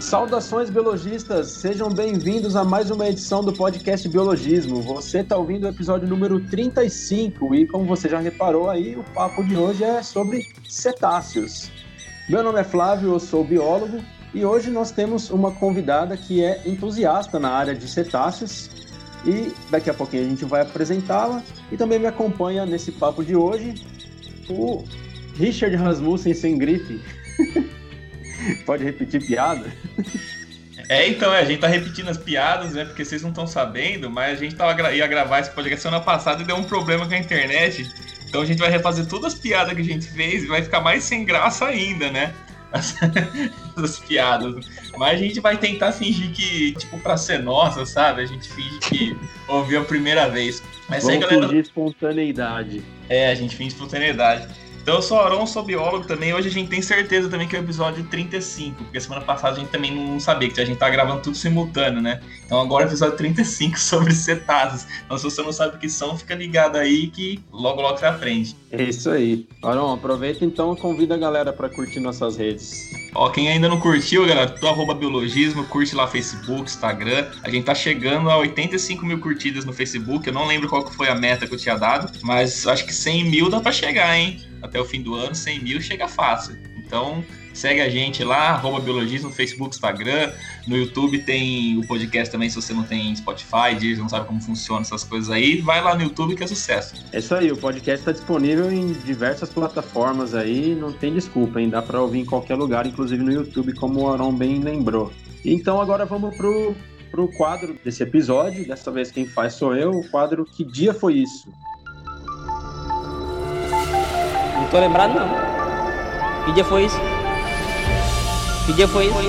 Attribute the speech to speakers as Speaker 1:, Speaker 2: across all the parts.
Speaker 1: Saudações biologistas, sejam bem-vindos a mais uma edição do podcast Biologismo. Você está ouvindo o episódio número 35 e, como você já reparou aí, o papo de hoje é sobre cetáceos. Meu nome é Flávio, eu sou biólogo e hoje nós temos uma convidada que é entusiasta na área de cetáceos e daqui a pouquinho a gente vai apresentá-la e também me acompanha nesse papo de hoje o Richard Rasmussen sem grife. Pode repetir piada?
Speaker 2: Então, a gente tá repetindo as piadas, né? Porque vocês não estão sabendo, mas a gente ia gravar esse podcast semana passada e deu um problema com a internet. Então a gente vai refazer todas as piadas que a gente fez e vai ficar mais sem graça ainda, né? As piadas. Mas a gente vai tentar fingir que, tipo, pra ser nossa, sabe? A gente finge que ouviu a primeira vez. Mas
Speaker 1: vamos
Speaker 2: aí, galera...
Speaker 1: fingir espontaneidade.
Speaker 2: A gente finge espontaneidade. Então eu sou Aron, sou biólogo também. Hoje a gente tem certeza também que é o episódio 35, porque semana passada a gente também não sabia, que a gente tá gravando tudo simultâneo, né? Então agora é o episódio 35 sobre cetáceos. Então se você não sabe o que são, fica ligado aí que logo logo você aprende.
Speaker 1: É isso aí. Aron, aproveita então e convida a galera para curtir nossas redes.
Speaker 2: Quem ainda não curtiu, galera, @biologismo, curte lá Facebook, Instagram. A gente tá chegando a 85 mil curtidas no Facebook. Eu não lembro qual que foi a meta que eu tinha dado, mas acho que 100 mil dá pra chegar, hein? Até o fim do ano, 100 mil chega fácil. Então, segue a gente lá, @biologismo, no Facebook, Instagram. No YouTube tem o podcast também, se você não tem Spotify, Deezer, não sabe como funciona essas coisas aí. Vai lá no YouTube que é sucesso.
Speaker 1: É isso aí, o podcast está disponível em diversas plataformas aí, não tem desculpa, hein? Dá para ouvir em qualquer lugar, inclusive no YouTube, como o Aron bem lembrou. Então agora vamos pro quadro desse episódio. Dessa vez quem faz sou eu, o quadro Que Dia Foi Isso?
Speaker 3: Não tô lembrado, não. Que dia foi isso? Que dia foi isso?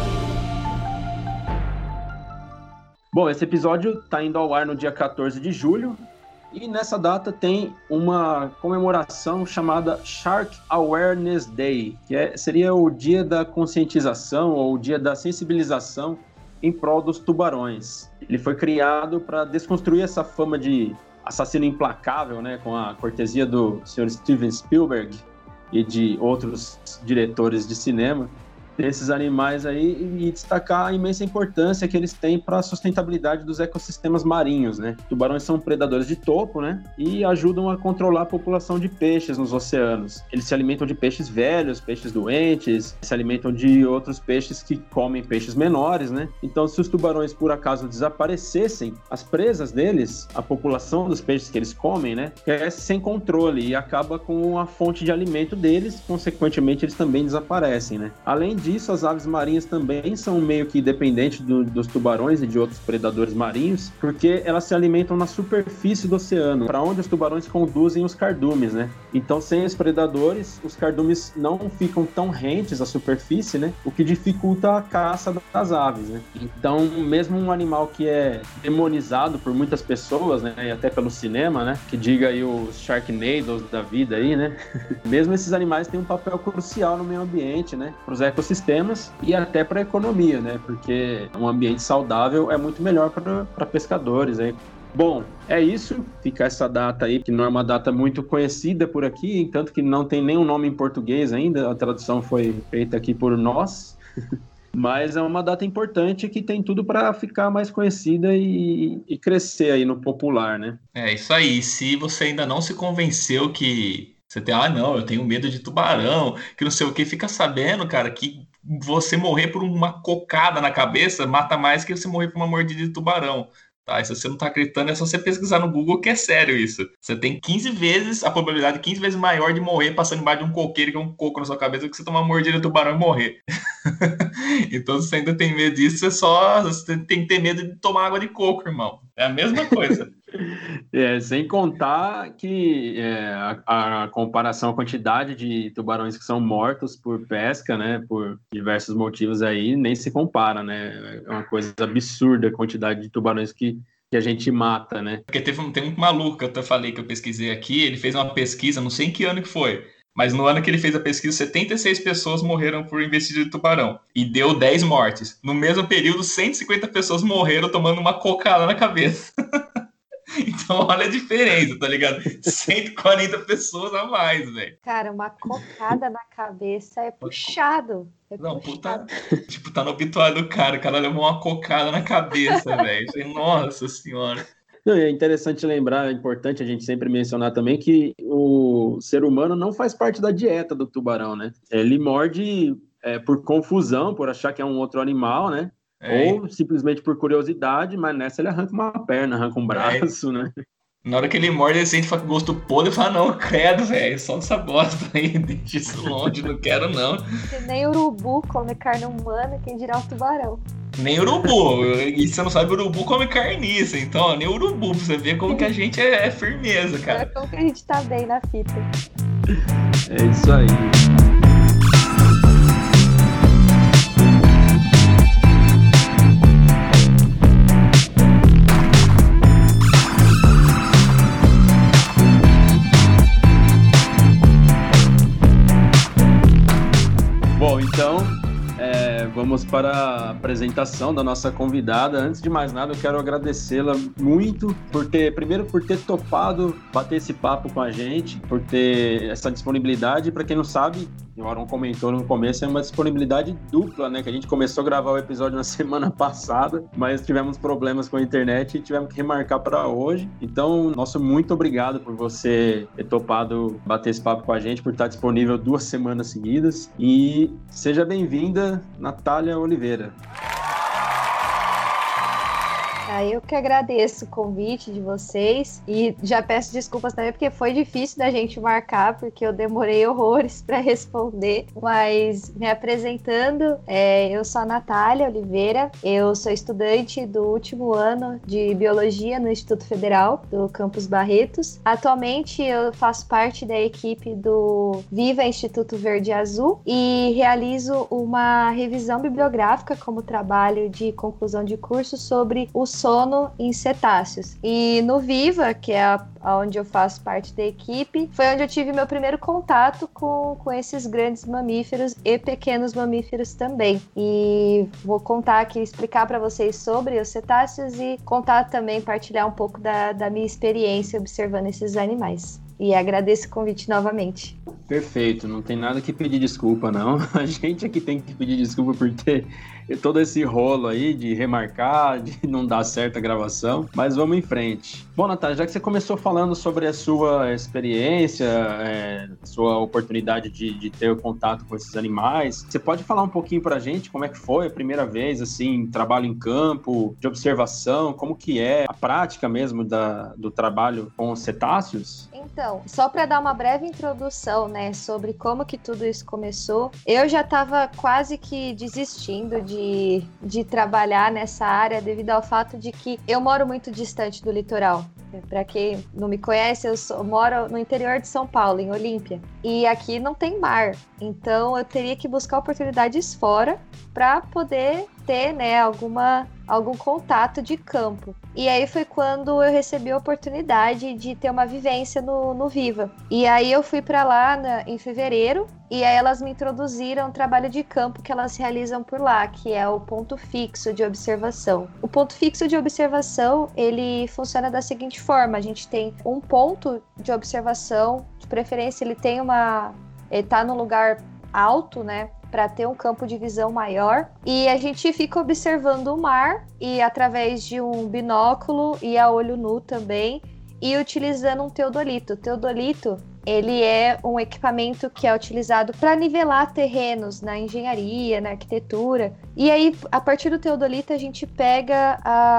Speaker 1: Bom, esse episódio tá indo ao ar no dia 14 de julho e nessa data tem uma comemoração chamada Shark Awareness Day, que seria o dia da conscientização ou o dia da sensibilização em prol dos tubarões. Ele foi criado para desconstruir essa fama de assassino implacável, né, com a cortesia do Sr. Steven Spielberg e de outros diretores de cinema, desses animais aí, e destacar a imensa importância que eles têm para a sustentabilidade dos ecossistemas marinhos, né? Tubarões são predadores de topo, né? E ajudam a controlar a população de peixes nos oceanos. Eles se alimentam de peixes velhos, peixes doentes, se alimentam de outros peixes que comem peixes menores, né? Então, se os tubarões por acaso desaparecessem, as presas deles, a população dos peixes que eles comem, né? Cresce sem controle e acaba com a fonte de alimento deles, consequentemente eles também desaparecem, né? Além disso, as aves marinhas também são meio que dependentes dos tubarões e de outros predadores marinhos, porque elas se alimentam na superfície do oceano, para onde os tubarões conduzem os cardumes, né? Então, sem os predadores, os cardumes não ficam tão rentes à superfície, né? O que dificulta a caça das aves, né? Então, mesmo um animal que é demonizado por muitas pessoas, né? E até pelo cinema, né? Que diga aí os Sharknados da vida aí, né? Mesmo esses animais têm um papel crucial no meio ambiente, né? Para os ecossistemas e até para a economia, né? Porque um ambiente saudável é muito melhor para pescadores, né? Bom, é isso. Fica essa data aí, que não é uma data muito conhecida por aqui, tanto que não tem nenhum nome em português ainda. A tradução foi feita aqui por nós. Mas é uma data importante que tem tudo para ficar mais conhecida e crescer aí no popular, né?
Speaker 2: É isso aí. Se você ainda não se convenceu que você tem, não, eu tenho medo de tubarão, que não sei o que, fica sabendo, cara, que você morrer por uma cocada na cabeça mata mais que você morrer por uma mordida de tubarão. Tá? E se você não tá acreditando, é só você pesquisar no Google que é sério isso. Você tem 15 vezes, a probabilidade 15 vezes maior de morrer passando embaixo de um coqueiro que é um coco na sua cabeça do que você tomar uma mordida de tubarão e morrer. Então, se você ainda tem medo disso, você tem que ter medo de tomar água de coco, irmão. É a mesma coisa.
Speaker 1: Sem contar que a comparação, a quantidade de tubarões que são mortos por pesca, né, por diversos motivos aí, nem se compara, né? É uma coisa absurda a quantidade de tubarões que a gente mata, né?
Speaker 2: Porque tem um maluco que eu falei que eu pesquisei aqui, ele fez uma pesquisa, não sei em que ano que foi, mas no ano que ele fez a pesquisa, 76 pessoas morreram por investida de tubarão. E deu 10 mortes. No mesmo período, 150 pessoas morreram tomando uma cocada na cabeça. Então, olha a diferença, tá ligado? 140 pessoas a mais, velho.
Speaker 4: Cara, uma cocada na cabeça é puxado.
Speaker 2: Não, puta, tipo, tá no obituário do cara, o cara levou uma cocada na cabeça, velho. Nossa senhora.
Speaker 1: Não, e é interessante lembrar, é importante a gente sempre mencionar também que o ser humano não faz parte da dieta do tubarão, né? Ele morde por confusão, por achar que é um outro animal, né? Ou simplesmente por curiosidade, mas nessa ele arranca uma perna, arranca um braço, né?
Speaker 2: Na hora que ele morde, ele sente gosto podre e fala, não, credo, velho, só essa bosta aí, deixa isso longe, não quero não.
Speaker 4: Porque nem urubu come carne humana, quem dirá o tubarão.
Speaker 2: Nem urubu, e você não sabe, urubu come carniça, então nem urubu, pra você ver como que a gente é firmeza, cara.
Speaker 4: É como que a gente tá bem na fita.
Speaker 1: É isso aí. Bom, então, vamos para a apresentação da nossa convidada. Antes de mais nada, eu quero agradecê-la muito por ter topado bater esse papo com a gente, por ter essa disponibilidade. Para quem não sabe, o Aaron comentou no começo, é uma disponibilidade dupla, né? Que a gente começou a gravar o episódio na semana passada, mas tivemos problemas com a internet e tivemos que remarcar para hoje. Então, nosso muito obrigado por você ter topado bater esse papo com a gente, por estar disponível 2 semanas seguidas. E seja bem-vinda, Natália Oliveira.
Speaker 4: Eu que agradeço o convite de vocês e já peço desculpas também porque foi difícil da gente marcar, porque eu demorei horrores para responder, mas me apresentando, eu sou a Natália Oliveira, eu sou estudante do último ano de Biologia no Instituto Federal do Campus Barretos. Atualmente eu faço parte da equipe do Viva Instituto Verde e Azul e realizo uma revisão bibliográfica como trabalho de conclusão de curso sobre o sono em cetáceos. E no Viva, que é onde eu faço parte da equipe, foi onde eu tive meu primeiro contato com esses grandes mamíferos e pequenos mamíferos também. E vou contar aqui, explicar para vocês sobre os cetáceos e contar também, partilhar um pouco da minha experiência observando esses animais. E agradeço o convite novamente.
Speaker 1: Perfeito, não tem nada que pedir desculpa, não. A gente é que tem que pedir desculpa por ter todo esse rolo aí de remarcar, de não dar certo a gravação, mas vamos em frente. Bom, Natália, já que você começou falando sobre a sua experiência, sua oportunidade de ter o contato com esses animais, você pode falar um pouquinho pra gente como é que foi a primeira vez, assim, trabalho em campo, de observação, como que é a prática mesmo do trabalho com os cetáceos?
Speaker 4: Então, só para dar uma breve introdução, né, sobre como que tudo isso começou, eu já estava quase que desistindo de trabalhar nessa área devido ao fato de que eu moro muito distante do litoral. Para quem não me conhece, eu moro no interior de São Paulo, em Olímpia, e aqui não tem mar, então eu teria que buscar oportunidades fora para poder ter, né, algum contato de campo. E aí foi quando eu recebi a oportunidade de ter uma vivência no Viva. E aí eu fui para lá em fevereiro, e aí elas me introduziram um trabalho de campo que elas realizam por lá, que é o ponto fixo de observação. O ponto fixo de observação, ele funciona da seguinte forma: a gente tem um ponto de observação, de preferência ele tá num lugar alto, né, para ter um campo de visão maior, e a gente fica observando o mar e através de um binóculo e a olho nu também, e utilizando um teodolito. O teodolito, ele é um equipamento que é utilizado para nivelar terrenos na engenharia, na arquitetura. E aí, a partir do teodolito, a gente pega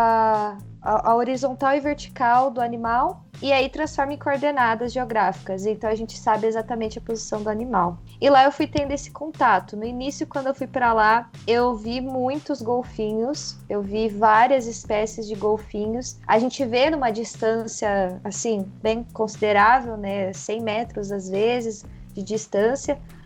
Speaker 4: a horizontal e vertical do animal e aí transforma em coordenadas geográficas. Então, a gente sabe exatamente a posição do animal. E lá eu fui tendo esse contato. No início, quando eu fui para lá, eu vi muitos golfinhos, eu vi várias espécies de golfinhos. A gente vê numa distância, assim, bem considerável, né? 100 metros, às vezes, de distância.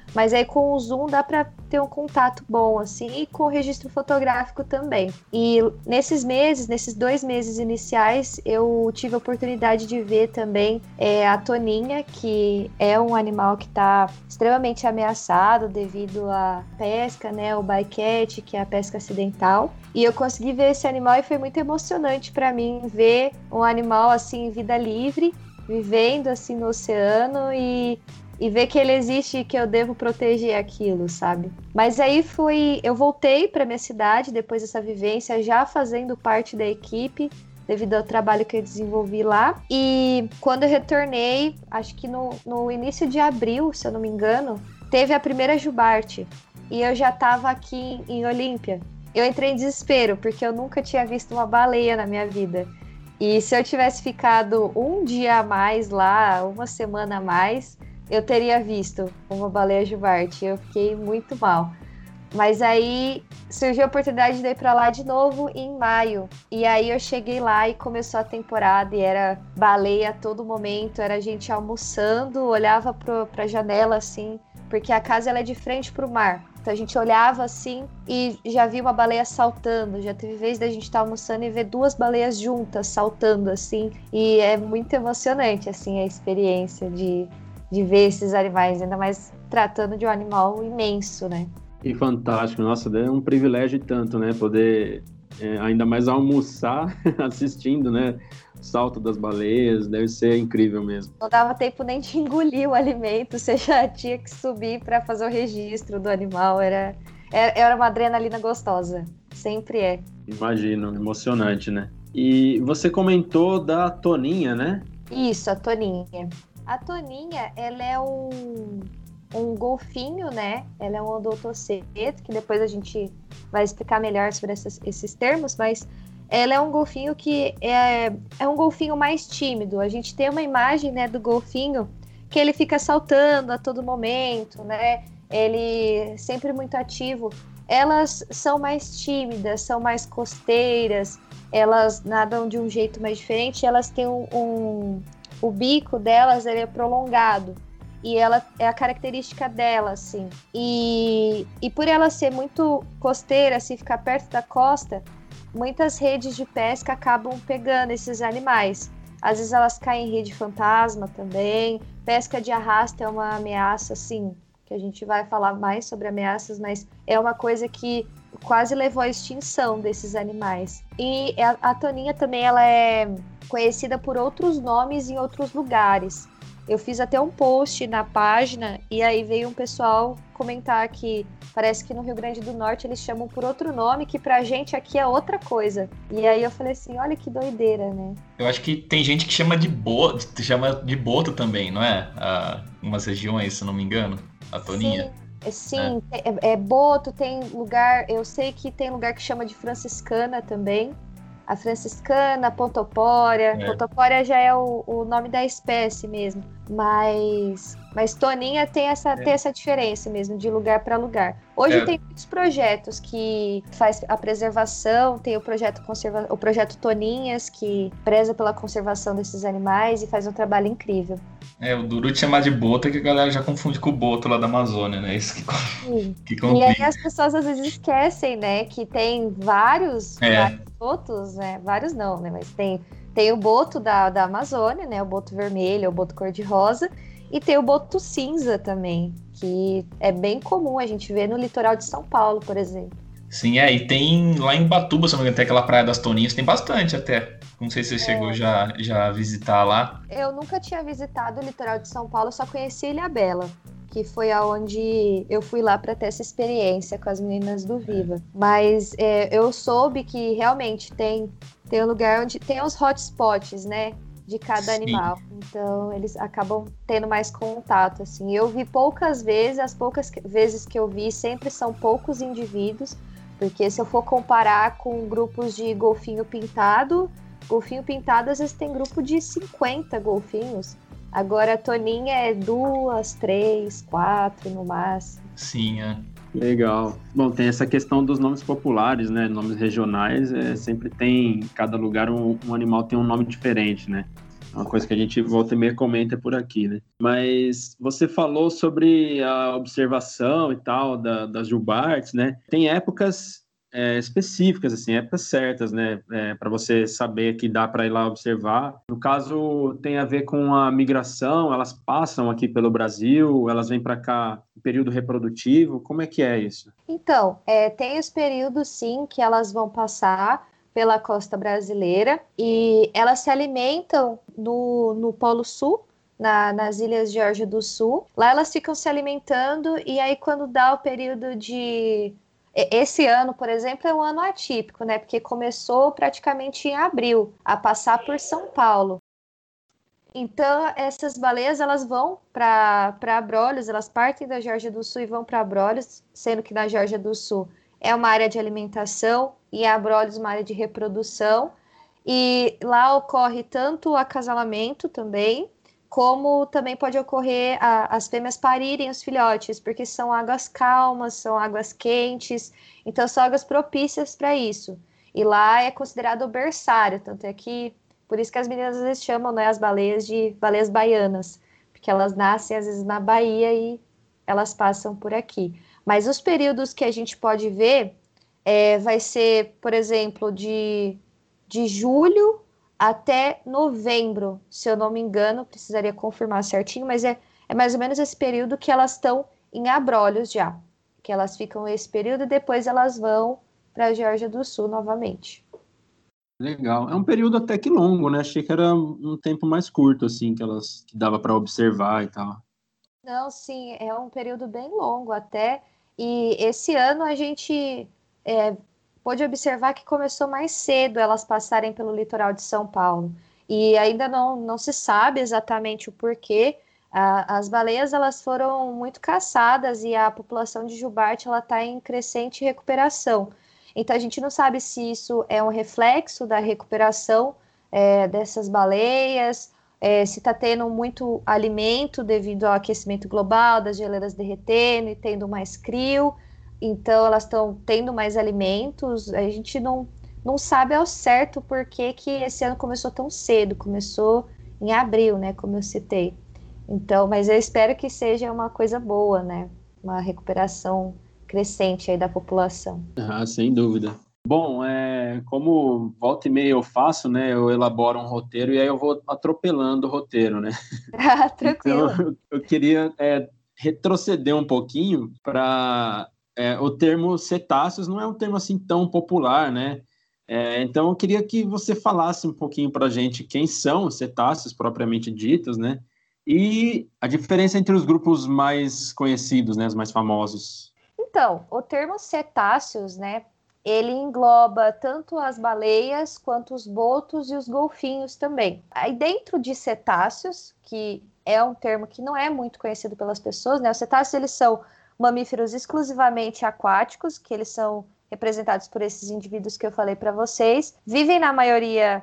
Speaker 4: Mas aí com o zoom dá para ter um contato bom, assim, e com o registro fotográfico também. E nesses 2 meses iniciais, eu tive a oportunidade de ver também a toninha, que é um animal que está extremamente ameaçado devido à pesca, né, o bycatch, que é a pesca acidental. E eu consegui ver esse animal e foi muito emocionante para mim ver um animal assim em vida livre, vivendo assim no oceano e ver que ele existe e que eu devo proteger aquilo, sabe? Mas aí eu voltei para minha cidade depois dessa vivência, já fazendo parte da equipe, devido ao trabalho que eu desenvolvi lá. E quando eu retornei, acho que no início de abril, se eu não me engano, teve a primeira jubarte. E eu já estava aqui em Olímpia. Eu entrei em desespero, porque eu nunca tinha visto uma baleia na minha vida. E se eu tivesse ficado um dia a mais lá, uma semana a mais, eu teria visto uma baleia jubarte. Eu fiquei muito mal. Mas aí surgiu a oportunidade de ir pra lá de novo em maio. E aí eu cheguei lá e começou a temporada e era baleia a todo momento. Era gente almoçando, olhava pra janela assim, porque a casa ela é de frente pro mar. Então a gente olhava assim e já via uma baleia saltando. Já teve vez da gente estar almoçando e ver 2 baleias juntas saltando assim. E é muito emocionante assim a experiência de ver esses animais, ainda mais tratando de um animal imenso, né?
Speaker 1: E fantástico, nossa, é um privilégio e tanto, né? Poder ainda mais almoçar assistindo, né? O salto das baleias, deve ser incrível mesmo.
Speaker 4: Não dava tempo nem de engolir o alimento, você já tinha que subir para fazer o registro do animal, era uma adrenalina gostosa, sempre é.
Speaker 1: Imagino, emocionante, né? E você comentou da toninha, né?
Speaker 4: Isso, a toninha. A toninha, ela é um golfinho, né? Ela é um odontoceto, que depois a gente vai explicar melhor sobre esses termos, mas ela é um golfinho que é um golfinho mais tímido. A gente tem uma imagem, né, do golfinho que ele fica saltando a todo momento, né? Ele sempre muito ativo. Elas são mais tímidas, são mais costeiras, elas nadam de um jeito mais diferente, elas têm o bico delas ele é prolongado. E ela é a característica dela, assim. E por ela ser muito costeira, assim, ficar perto da costa, muitas redes de pesca acabam pegando esses animais. Às vezes elas caem em rede fantasma também. Pesca de arrasto é uma ameaça, assim, que a gente vai falar mais sobre ameaças, mas é uma coisa que quase levou à extinção desses animais. E a toninha também ela é conhecida por outros nomes em outros lugares. Eu fiz até um post na página e aí veio um pessoal comentar que parece que no Rio Grande do Norte eles chamam por outro nome que pra gente aqui é outra coisa. E aí eu falei assim, olha que doideira, né?
Speaker 2: Eu acho que tem gente que chama de boto também, não é? Umas regiões, se não me engano, a toninha.
Speaker 4: Sim, é boto, tem lugar, eu sei que tem lugar que chama de franciscana também. A franciscana, a pontopória. Pontopória já é o nome da espécie mesmo. Mas toninha tem essa diferença mesmo, de lugar para lugar. Hoje tem muitos projetos que faz a preservação, tem o projeto Toninhas, que preza pela conservação desses animais e faz um trabalho incrível.
Speaker 2: O duro de chamar de boto é que a galera já confunde com o boto lá da Amazônia, né? Isso que complica.
Speaker 4: E aí as pessoas às vezes esquecem, né? Que tem vários botos, né? Vários não, né? Mas tem o boto da Amazônia, né? O boto vermelho, o boto cor-de-rosa. E tem o boto cinza também, que é bem comum a gente ver no litoral de São Paulo, por exemplo.
Speaker 2: Sim, e tem lá em Ubatuba, se não me engano, tem aquela Praia das Toninhas, tem bastante até. Não sei se você chegou já a visitar lá.
Speaker 4: Eu nunca tinha visitado o litoral de São Paulo, só conheci Ilhabela, que foi aonde eu fui lá para ter essa experiência com as meninas do Viva. Mas eu soube que realmente tem um lugar onde tem os hotspots, né? De cada animal. Então, eles acabam tendo mais contato, assim. Eu vi poucas vezes, as poucas vezes que eu vi sempre são poucos indivíduos, porque se eu for comparar com grupos de golfinho pintado às vezes tem grupo de 50 golfinhos. Agora a toninha é 2, 3, 4 no máximo.
Speaker 2: Sim,
Speaker 1: Legal. Bom, tem essa questão dos nomes populares, né? Nomes regionais, sempre tem, cada lugar um animal tem um nome diferente, né? Uma coisa que a gente volta e meia comenta por aqui, né? Mas você falou sobre a observação e tal das jubartes, né? Tem épocas específicas, assim, épocas certas, né? Para você saber que dá para ir lá observar. No caso, tem a ver com a migração, elas passam aqui pelo Brasil, elas vêm para cá no período reprodutivo. Como é que é isso?
Speaker 4: Então, tem os períodos, sim, que elas vão passar pela costa brasileira e elas se alimentam no Polo Sul, nas Ilhas Geórgia do Sul. Lá elas ficam se alimentando e aí quando dá o período de... Esse ano, por exemplo, é um ano atípico, né? Porque começou praticamente em abril, a passar por São Paulo. Então, essas baleias, elas vão para Abrolhos, elas partem da Geórgia do Sul e vão para Abrolhos, sendo que na Geórgia do Sul é uma área de alimentação e Abrolhos uma área de reprodução. E lá ocorre tanto o acasalamento também, como também pode ocorrer as fêmeas parirem os filhotes, porque são águas calmas, são águas quentes, então são águas propícias para isso. E lá é considerado o berçário, tanto é que por isso que as meninas às vezes chamam, né, as baleias de baleias baianas, porque elas nascem às vezes na Bahia e elas passam por aqui. Mas os períodos que a gente pode ver vai ser, por exemplo, de julho até novembro, se eu não me engano, precisaria confirmar certinho, mas é mais ou menos esse período que elas estão em Abrolhos já, que elas ficam esse período e depois elas vão para a Geórgia do Sul novamente.
Speaker 1: Legal. É um período até que longo, né? Achei que era um tempo mais curto, assim, que dava para observar e tal.
Speaker 4: Não, sim, é um período bem longo até. E esse ano a gente pôde observar que começou mais cedo elas passarem pelo litoral de São Paulo. E ainda não se sabe exatamente o porquê. As baleias elas foram muito caçadas e a população de jubarte está em crescente recuperação. Então a gente não sabe se isso é um reflexo da recuperação dessas baleias, se está tendo muito alimento devido ao aquecimento global, das geleiras derretendo e tendo mais crio, então elas estão tendo mais alimentos. A gente não sabe ao certo por que esse ano começou tão cedo, começou em abril, né, como eu citei. Então, mas eu espero que seja uma coisa boa, né, uma recuperação crescente aí da população.
Speaker 1: Ah, sem dúvida. Bom, como volta e meia eu faço, né? Eu elaboro um roteiro e aí eu vou atropelando o roteiro, né?
Speaker 4: Tranquilo.
Speaker 1: Então, eu queria retroceder um pouquinho para o termo cetáceos não é um termo assim tão popular, né? Então, eu queria que você falasse um pouquinho para a gente quem são os cetáceos propriamente ditos, né? E a diferença entre os grupos mais conhecidos, né? Os mais famosos.
Speaker 4: Então, o termo cetáceos, né? Ele engloba tanto as baleias quanto os botos e os golfinhos também. Aí dentro de cetáceos, que é um termo que não é muito conhecido pelas pessoas, né? Os cetáceos, eles são mamíferos exclusivamente aquáticos, que eles são representados por esses indivíduos que eu falei para vocês. Vivem na maioria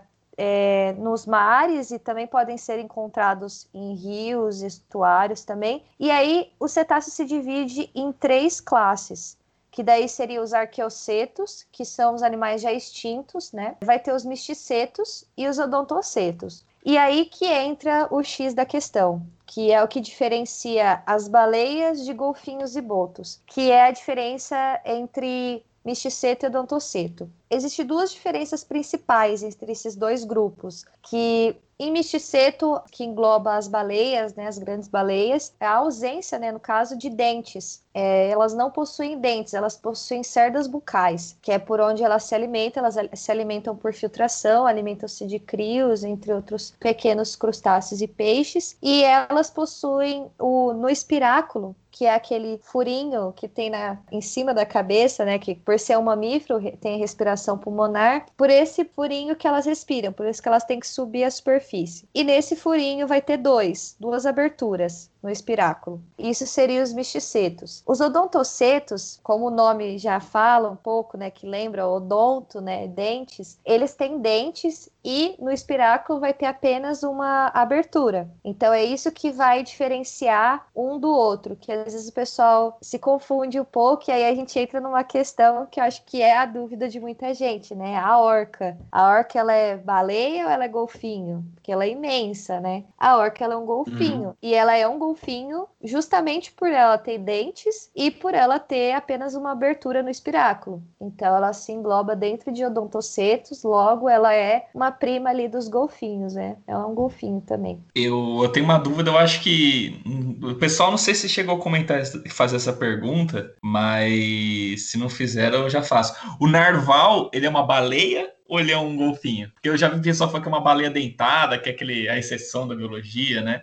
Speaker 4: nos mares e também podem ser encontrados em rios, estuários também. E aí o cetáceo se divide em 3 classes, que daí seriam os arqueocetos, que são os animais já extintos, né? Vai ter os misticetos e os odontocetos. E aí que entra o X da questão, que é o que diferencia as baleias de golfinhos e botos, que é a diferença entre misticeto e odontoceto. Existem 2 diferenças principais entre esses 2 grupos, que em misticeto, que engloba as baleias, né, as grandes baleias, a ausência, né, no caso, de dentes. Elas não possuem dentes, elas possuem cerdas bucais, que é por onde elas se alimentam por filtração, alimentam-se de crios, entre outros pequenos crustáceos e peixes, e elas possuem no espiráculo, que é aquele furinho que tem em cima da cabeça, né, que por ser um mamífero tem respiração pulmonar, por esse furinho que elas respiram, por isso que elas têm que subir a superfície. E nesse furinho vai ter duas aberturas, no espiráculo. Isso seriam os misticetos. Os odontocetos, como o nome já fala um pouco, né, que lembra odonto, né, dentes, eles têm dentes e no espiráculo vai ter apenas uma abertura. Então é isso que vai diferenciar um do outro, que às vezes o pessoal se confunde um pouco e aí a gente entra numa questão que eu acho que é a dúvida de muita gente, né? A orca. A orca, ela é baleia ou ela é golfinho? Porque ela é imensa, né? A orca, ela é um golfinho. E ela é um golfinho justamente por ela ter dentes e por ela ter apenas uma abertura no espiráculo. Então ela se engloba dentro de odontocetos, logo ela é uma prima ali dos golfinhos, né? Ela é um golfinho também.
Speaker 2: Eu tenho uma dúvida, eu acho que o pessoal não sei se chegou a comentar, fazer essa pergunta, mas se não fizeram eu já faço. O narval, ele é uma baleia ou ele é um golfinho? Porque eu já vi pessoal falando que é uma baleia dentada, que é a exceção da biologia, né?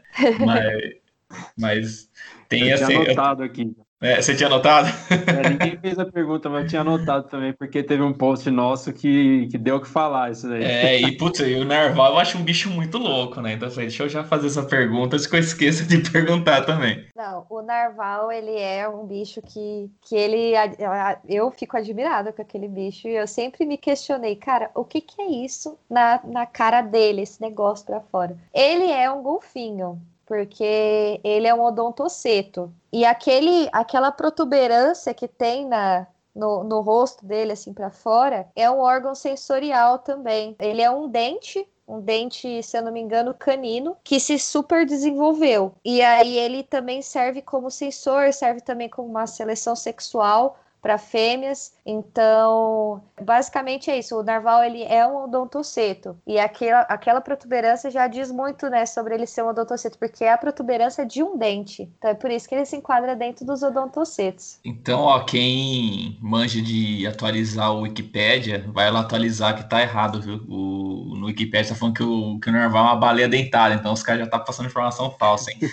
Speaker 2: Mas tem
Speaker 1: Eu tinha
Speaker 2: assim.
Speaker 1: anotado aqui.
Speaker 2: Você tinha anotado?
Speaker 1: Ninguém fez a pergunta, mas eu tinha anotado também, porque teve um post nosso que deu o que falar isso daí.
Speaker 2: Putz, e o narval eu acho um bicho muito louco, né? Então eu falei, deixa eu já fazer essa pergunta antes que eu esqueça de perguntar também.
Speaker 4: Não, o narval, ele é um bicho que ele... Eu fico admirada com aquele bicho e eu sempre me questionei, cara, o que é isso na cara dele, esse negócio pra fora? Ele é um golfinho, porque ele é um odontoceto. E aquela protuberância que tem no rosto dele, assim, para fora, é um órgão sensorial também. Ele é um dente, se eu não me engano, canino, que se super desenvolveu. E aí ele também serve como sensor, serve também como uma seleção sexual para fêmeas. Então, basicamente é isso. O narval, ele é um odontoceto. E aquela protuberância já diz muito, né, sobre ele ser um odontoceto, porque é a protuberância de um dente. Então, é por isso que ele se enquadra dentro dos odontocetos.
Speaker 2: Então, ó, quem manja de atualizar o Wikipédia, vai lá atualizar que tá errado, viu? No Wikipédia tá falando que o narval é uma baleia dentada, então os caras já tá passando informação falsa, hein?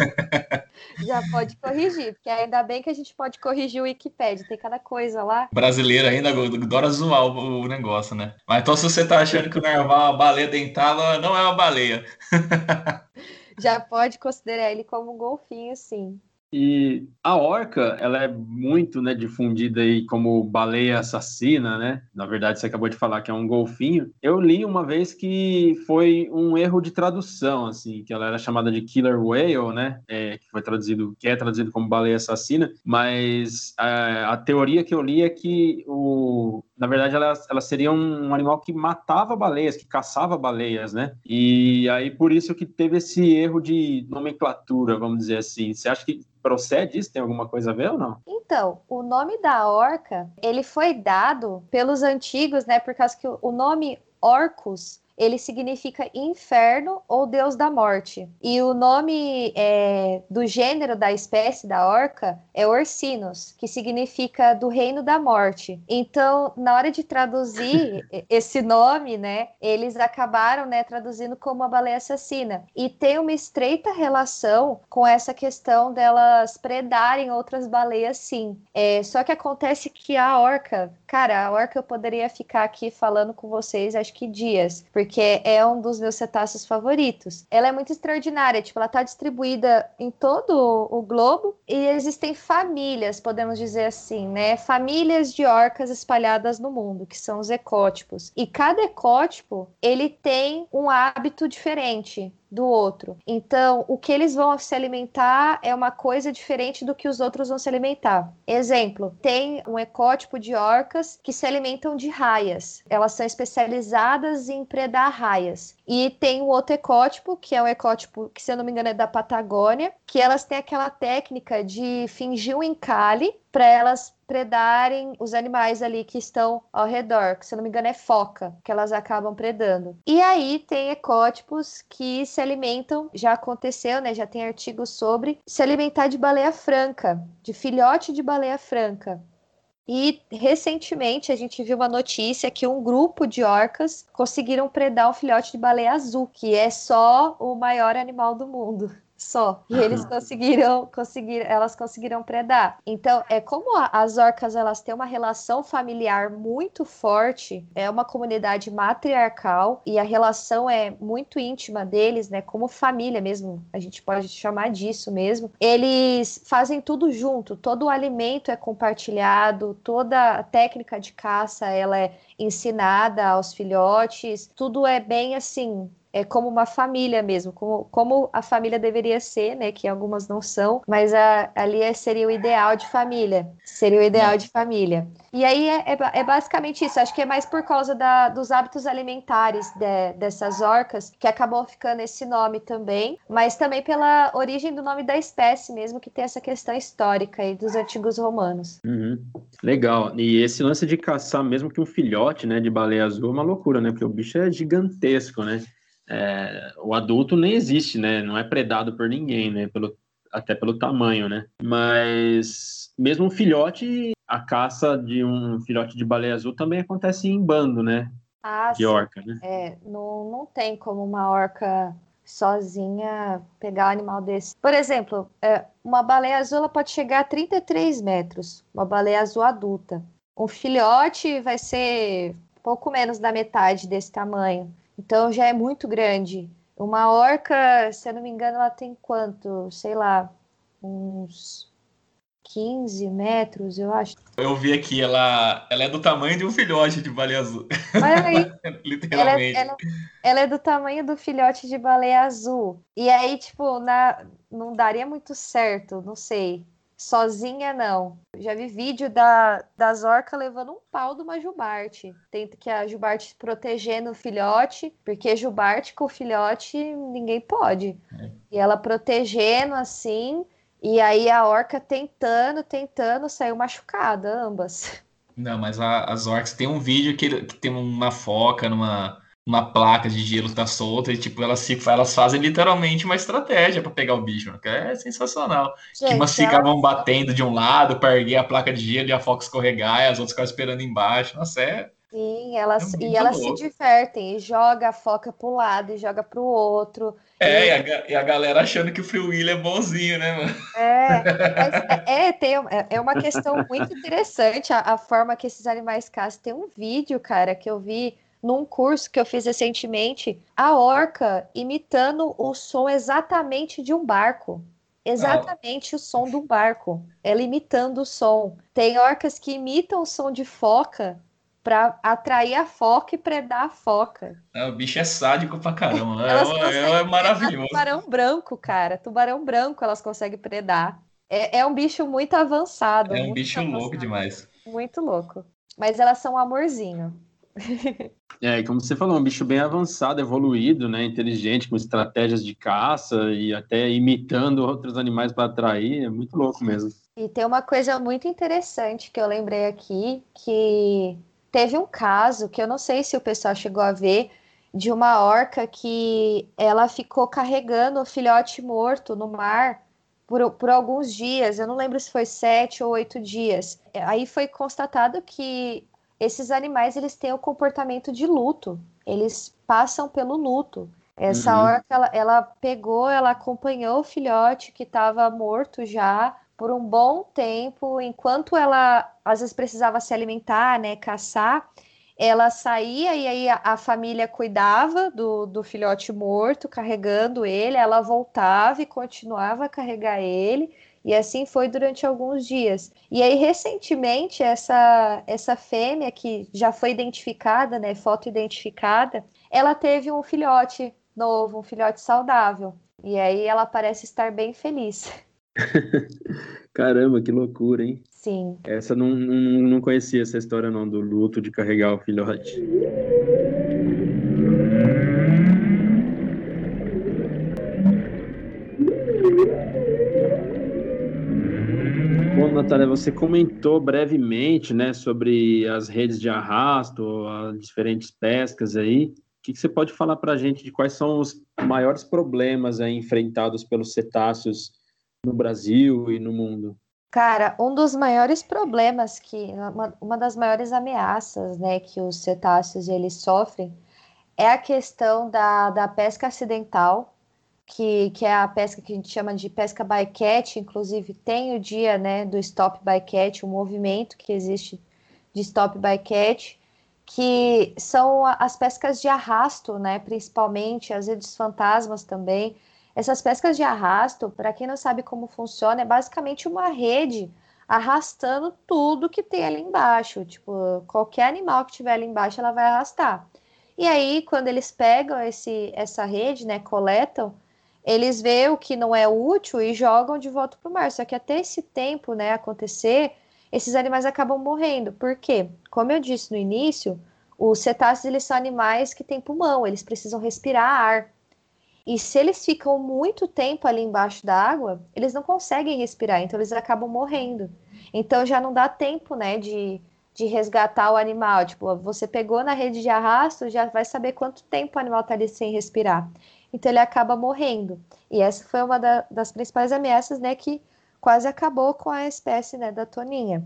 Speaker 4: Já pode corrigir, porque ainda bem que a gente pode corrigir o Wikipédia, tem cada coisa lá.
Speaker 2: Brasileiro ainda adora zoar o negócio, né? Mas então se você tá achando que o narval é uma baleia dentada, não é uma baleia.
Speaker 4: Já pode considerar ele como um golfinho, sim.
Speaker 1: E a orca, ela é muito, né, difundida aí como baleia assassina, né? Na verdade, você acabou de falar que é um golfinho. Eu li uma vez que foi um erro de tradução, assim, que ela era chamada de killer whale, né? Que é traduzido como baleia assassina. Mas a teoria que eu li é que na verdade, ela seria um animal que matava baleias, que caçava baleias, né? E aí, por isso que teve esse erro de nomenclatura, vamos dizer assim. Você acha que procede isso? Tem alguma coisa a ver ou não?
Speaker 4: Então, o nome da orca, ele foi dado pelos antigos, né? Por causa que o nome Orcus, ele significa inferno ou deus da morte. E o nome do gênero da espécie da orca é Orcinus, que significa do reino da morte. Então, na hora de traduzir esse nome, né, eles acabaram, né, traduzindo como a baleia assassina. E tem uma estreita relação com essa questão delas predarem outras baleias, sim. Só que acontece que a orca eu poderia ficar aqui falando com vocês, acho que dias, porque é um dos meus cetáceos favoritos. Ela é muito extraordinária, tipo, ela está distribuída em todo o globo e existem famílias, podemos dizer assim, né? Famílias de orcas espalhadas no mundo, que são os ecótipos. E cada ecótipo, ele tem um hábito diferente do outro. Então, o que eles vão se alimentar é uma coisa diferente do que os outros vão se alimentar. Exemplo, tem um ecótipo de orcas que se alimentam de raias. Elas são especializadas em predar raias. E tem um outro ecótipo, que é um ecótipo que, se eu não me engano, é da Patagônia, que elas têm aquela técnica de fingir um encalhe para elas predarem os animais ali que estão ao redor, que, se eu não me engano, é foca, que elas acabam predando. E aí tem ecótipos que se alimentam, já aconteceu, né? Já tem artigos sobre se alimentar de baleia franca, de filhote de baleia franca. E recentemente a gente viu uma notícia que um grupo de orcas conseguiram predar um filhote de baleia azul, que é só o maior animal do mundo. só. E eles elas conseguiram predar. Então, como as orcas elas têm uma relação familiar muito forte, é uma comunidade matriarcal e a relação é muito íntima deles, né? Como família mesmo, a gente pode chamar disso mesmo. Eles fazem tudo junto, todo o alimento é compartilhado, toda a técnica de caça ela é ensinada aos filhotes, tudo é bem assim, é como uma família mesmo, como a família deveria ser, né? Que algumas não são, mas ali seria o ideal de família. Seria o ideal de família. E aí é basicamente isso. Acho que é mais por causa dos hábitos alimentares dessas orcas que acabou ficando esse nome também, mas também pela origem do nome da espécie mesmo, que tem essa questão histórica aí dos antigos romanos.
Speaker 1: Uhum. Legal. E esse lance de caçar mesmo que um filhote, né, de baleia azul é uma loucura, né? Porque o bicho é gigantesco, né? O adulto nem existe, né? Não é predado por ninguém, né? Até pelo tamanho, né? Mas mesmo um filhote, a caça de um filhote de baleia azul também acontece em bando, né? De
Speaker 4: Sim.
Speaker 1: orca, né?
Speaker 4: Não tem como uma orca sozinha pegar um animal desse. Por exemplo, uma baleia azul ela pode chegar a 33 metros, uma baleia azul adulta. Um filhote vai ser pouco menos da metade desse tamanho. Então já é muito grande. Uma orca, se eu não me engano, ela tem quanto? Sei lá, uns 15 metros, eu acho.
Speaker 2: Eu vi aqui, ela é do tamanho de um filhote de baleia azul.
Speaker 4: Olha aí,
Speaker 2: Literalmente.
Speaker 4: ela é do tamanho do filhote de baleia azul. E aí, tipo, não daria muito certo, não sei. Sozinha, não. Já vi vídeo das orcas levando um pau de uma jubarte. Tenta que a jubarte protegendo o filhote, porque jubarte com o filhote ninguém pode. E ela protegendo assim, e aí a orca tentando, saiu machucada, ambas.
Speaker 2: Não, mas as orcs tem um vídeo que tem uma foca numa placa de gelo que tá solta e tipo elas fazem literalmente uma estratégia para pegar o bicho, né? Que é sensacional. Que umas
Speaker 4: Gente,
Speaker 2: ficavam batendo de um lado para erguer a placa de gelo e a foca escorregar e as outras ficavam esperando embaixo. Nossa,
Speaker 4: sim,
Speaker 2: é
Speaker 4: e
Speaker 2: muito
Speaker 4: elas se
Speaker 2: louco.
Speaker 4: divertem, e joga a foca pro lado e joga pro outro.
Speaker 2: É, e a galera achando que o Free Willy é bonzinho, né, mano?
Speaker 4: Mas é uma questão muito interessante a forma que esses animais caçam. Tem um vídeo, cara, que eu vi num curso que eu fiz recentemente, a orca imitando o som exatamente de um barco.
Speaker 2: Não,
Speaker 4: Exatamente o som do barco. Ela imitando o som. Tem orcas que imitam o som de foca para atrair a foca e predar a foca.
Speaker 2: o bicho é sádico pra caramba.
Speaker 4: Elas
Speaker 2: É
Speaker 4: conseguem predar
Speaker 2: maravilhoso.
Speaker 4: tubarão branco, cara. Tubarão branco elas conseguem predar. É um bicho muito avançado,
Speaker 2: É um
Speaker 4: muito
Speaker 2: bicho louco
Speaker 4: avançado,
Speaker 2: demais.
Speaker 4: muito louco. Mas elas são um amorzinho.
Speaker 1: E como você falou, um bicho bem avançado, evoluído, né? Inteligente, com estratégias de caça e até imitando outros animais para atrair. É muito louco mesmo.
Speaker 4: E tem uma coisa muito interessante que eu lembrei aqui, que teve um caso que eu não sei se o pessoal chegou a ver, de uma orca que ela ficou carregando o filhote morto no mar por alguns dias. Eu não lembro se foi 7 ou 8 dias. Aí foi constatado que esses animais eles têm o comportamento de luto. Eles passam pelo luto. Essa
Speaker 1: Uhum.
Speaker 4: orca ela acompanhou o filhote que estava morto já por um bom tempo, enquanto ela às vezes precisava se alimentar, né, caçar, ela saía e aí a família cuidava do filhote morto, carregando ele, ela voltava e continuava a carregar ele, e assim foi durante alguns dias. E aí, recentemente, essa fêmea que já foi identificada, né, foto-identificada, ela teve um filhote novo, um filhote saudável. E aí ela parece estar bem feliz.
Speaker 1: Caramba, que loucura, hein?
Speaker 4: Sim.
Speaker 1: Essa não conhecia essa história não, do luto de carregar o filhote. Bom, Natália, você comentou brevemente, né, sobre as redes de arrasto, as diferentes pescas aí. O que você pode falar para a gente de quais são os maiores problemas aí enfrentados pelos cetáceos no Brasil e no mundo?
Speaker 4: Cara, um dos maiores problemas uma das maiores ameaças, né, que os cetáceos eles sofrem é a questão da pesca acidental, que é a pesca que a gente chama de pesca bycatch, inclusive tem o dia, né, do Stop Bycatch, o movimento que existe de Stop Bycatch, que são as pescas de arrasto, né, principalmente, as redes fantasmas também. Essas pescas de arrasto, para quem não sabe como funciona, é basicamente uma rede arrastando tudo que tem ali embaixo. Tipo, qualquer animal que tiver ali embaixo, ela vai arrastar. E aí, quando eles pegam essa rede, né, coletam, eles veem o que não é útil e jogam de volta para o mar. Só que até esse tempo, né, acontecer, esses animais acabam morrendo. Por quê? Como eu disse no início, os cetáceos, eles são animais que têm pulmão, eles precisam respirar ar. E se eles ficam muito tempo ali embaixo da água, eles não conseguem respirar, então eles acabam morrendo. Então já não dá tempo, né, de resgatar o animal. Tipo, você pegou na rede de arrasto, já vai saber quanto tempo o animal está ali sem respirar. Então ele acaba morrendo. E essa foi uma das principais ameaças, né, que quase acabou com a espécie, né, da toninha.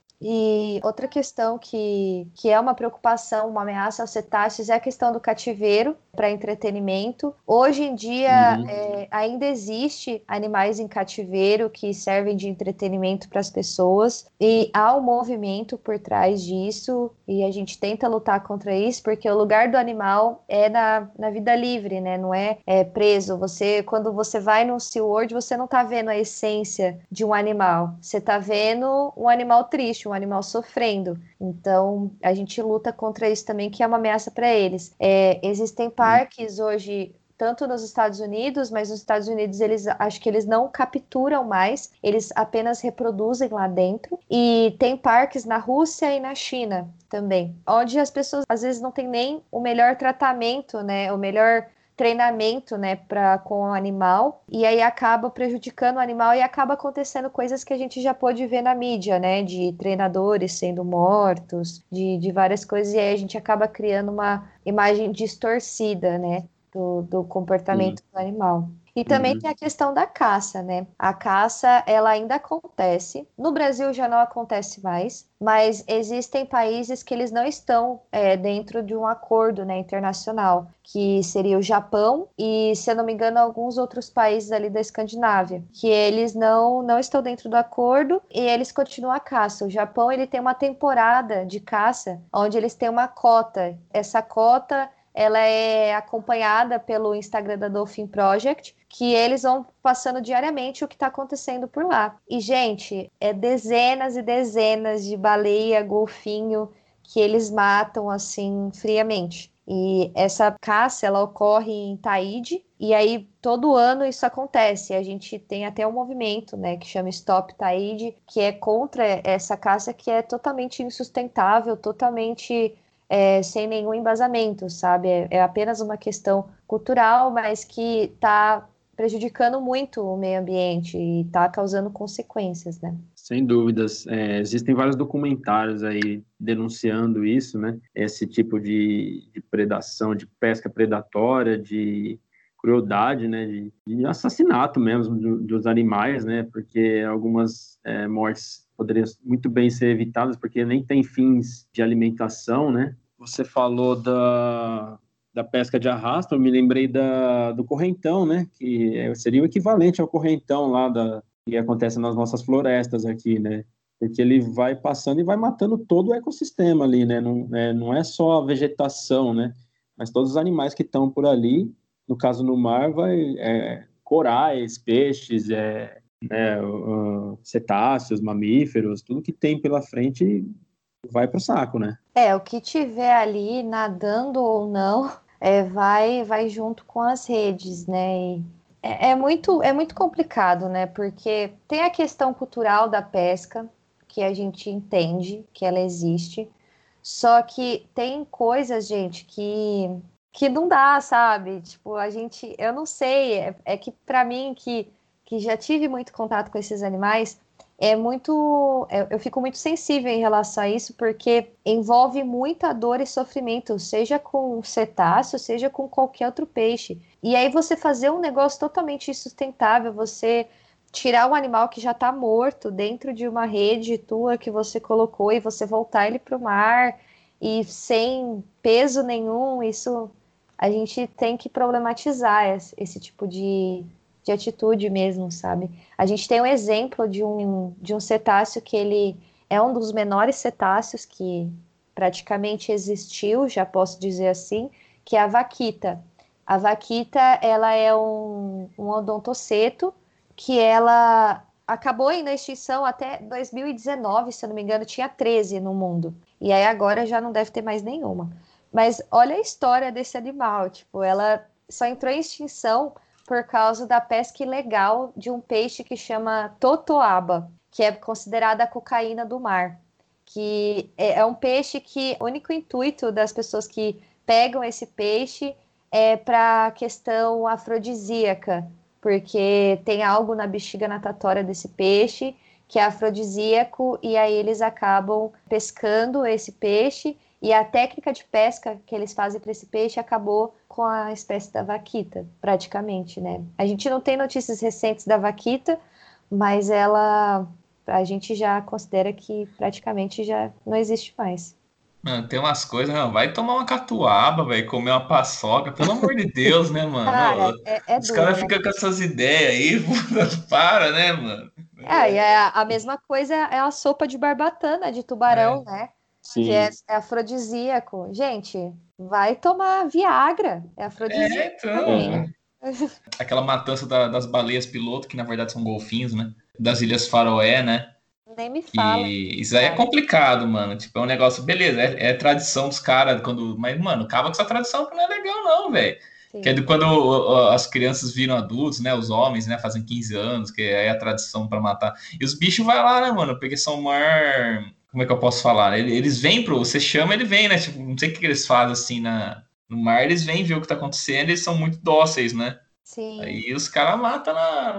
Speaker 4: E outra questão que é uma preocupação, uma ameaça aos cetáceos é a questão do cativeiro para entretenimento. Hoje em dia, ainda existe animais em cativeiro que servem de entretenimento para as pessoas e há um movimento por trás disso e a gente tenta lutar contra isso porque o lugar do animal é na vida livre, né? Não é preso. Quando você vai no SeaWorld, você não está vendo a essência de um animal. Você está vendo um animal triste, um animal sofrendo. Então, a gente luta contra isso também, que é uma ameaça para eles. Existem parques hoje, tanto nos Estados Unidos, mas nos Estados Unidos acho que eles não capturam mais, eles apenas reproduzem lá dentro. E tem parques na Rússia e na China também, onde as pessoas às vezes não têm nem o melhor tratamento, né, o melhor treinamento, né, com o animal, e aí acaba prejudicando o animal e acaba acontecendo coisas que a gente já pôde ver na mídia, né, de treinadores sendo mortos, de várias coisas, e aí a gente acaba criando uma imagem distorcida, né, do comportamento do animal. E também tem a questão da caça, né? A caça, ela ainda acontece. No Brasil já não acontece mais, mas existem países que eles não estão dentro de um acordo, né, internacional, que seria o Japão e, se eu não me engano, alguns outros países ali da Escandinávia, que eles não estão dentro do acordo e eles continuam a caça. O Japão, ele tem uma temporada de caça onde eles têm uma cota. Essa cota, ela é acompanhada pelo Instagram da Dolphin Project, que eles vão passando diariamente o que está acontecendo por lá. E, gente, dezenas e dezenas de baleia, golfinho, que eles matam, assim, friamente. E essa caça, ela ocorre em Taíde, e aí todo ano isso acontece. A gente tem até um movimento, né, que chama Stop Taíde, que é contra essa caça que é totalmente insustentável, totalmente sem nenhum embasamento, sabe? É apenas uma questão cultural, mas que está prejudicando muito o meio ambiente e está causando consequências, né?
Speaker 1: Sem dúvidas. Existem vários documentários aí denunciando isso, né? Esse tipo de predação, de pesca predatória, de crueldade, né? De assassinato mesmo dos animais, né? Porque algumas mortes poderiam muito bem ser evitadas, porque nem tem fins de alimentação, né? Você falou da pesca de arrasto, eu me lembrei do correntão, né? Que seria o equivalente ao correntão lá que acontece nas nossas florestas aqui, né? Porque ele vai passando e vai matando todo o ecossistema ali, né? Não é só a vegetação, né? Mas todos os animais que estão por ali, no caso no mar, corais, peixes, cetáceos, mamíferos, tudo que tem pela frente vai pro saco, né?
Speaker 4: O que tiver ali, nadando ou não, vai junto com as redes, né? E é muito complicado, né? Porque tem a questão cultural da pesca, que a gente entende que ela existe, só que tem coisas, gente, que não dá, sabe? Tipo, eu não sei, que para mim, que já tive muito contato com esses animais, eu fico muito sensível em relação a isso, porque envolve muita dor e sofrimento, seja com cetáceo, seja com qualquer outro peixe. E aí você fazer um negócio totalmente insustentável, você tirar um animal que já está morto dentro de uma rede tua que você colocou e você voltar ele para o mar e sem peso nenhum, isso a gente tem que problematizar esse tipo de atitude mesmo, sabe? A gente tem um exemplo de um cetáceo que ele é um dos menores cetáceos que praticamente existiu, já posso dizer assim, que é a vaquita. A vaquita, ela é um odontoceto que ela acabou indo à extinção até 2019, se eu não me engano, tinha 13 no mundo. E aí agora já não deve ter mais nenhuma. Mas olha a história desse animal, tipo, ela só entrou em extinção por causa da pesca ilegal de um peixe que chama totoaba, que é considerada a cocaína do mar. Que é um peixe que o único intuito das pessoas que pegam esse peixe é para questão afrodisíaca, porque tem algo na bexiga natatória desse peixe que é afrodisíaco, e aí eles acabam pescando esse peixe, e a técnica de pesca que eles fazem para esse peixe acabou com a espécie da vaquita, praticamente, né? A gente não tem notícias recentes da vaquita, mas a gente já considera que praticamente já não existe mais.
Speaker 2: Mano, tem umas coisas, não, vai tomar uma catuaba, velho, comer uma paçoca, pelo amor de Deus, né, mano?
Speaker 4: Cara, é
Speaker 2: Os
Speaker 4: duro,
Speaker 2: caras
Speaker 4: né?
Speaker 2: ficam com essas ideias aí, para, né, mano?
Speaker 4: E a mesma coisa é a sopa de barbatana de tubarão,
Speaker 2: É,
Speaker 4: né? Que
Speaker 1: Sim.
Speaker 4: é afrodisíaco. Gente, vai tomar Viagra. É afrodisíaco
Speaker 2: então,
Speaker 4: também.
Speaker 2: aquela matança das baleias piloto, que na verdade são golfinhos, né? Das Ilhas Faroé, né?
Speaker 4: Nem me fala,
Speaker 2: E isso aí é
Speaker 4: cara.
Speaker 2: complicado, mano. Tipo, é um negócio, beleza, é tradição dos caras, quando. Mas, mano, acaba com essa tradição que não é legal, não, velho. Que é
Speaker 4: Sim.
Speaker 2: de quando as crianças viram adultos, né? Os homens, né? Fazem 15 anos, que é a tradição pra matar. E os bichos vai lá, né, mano? Porque são maior. Como é que eu posso falar? Eles vêm pro. Você chama, ele vem, né? Tipo, não sei o que eles fazem assim no mar, eles vêm ver o que tá acontecendo, eles são muito dóceis, né?
Speaker 4: Sim.
Speaker 2: Aí os caras matam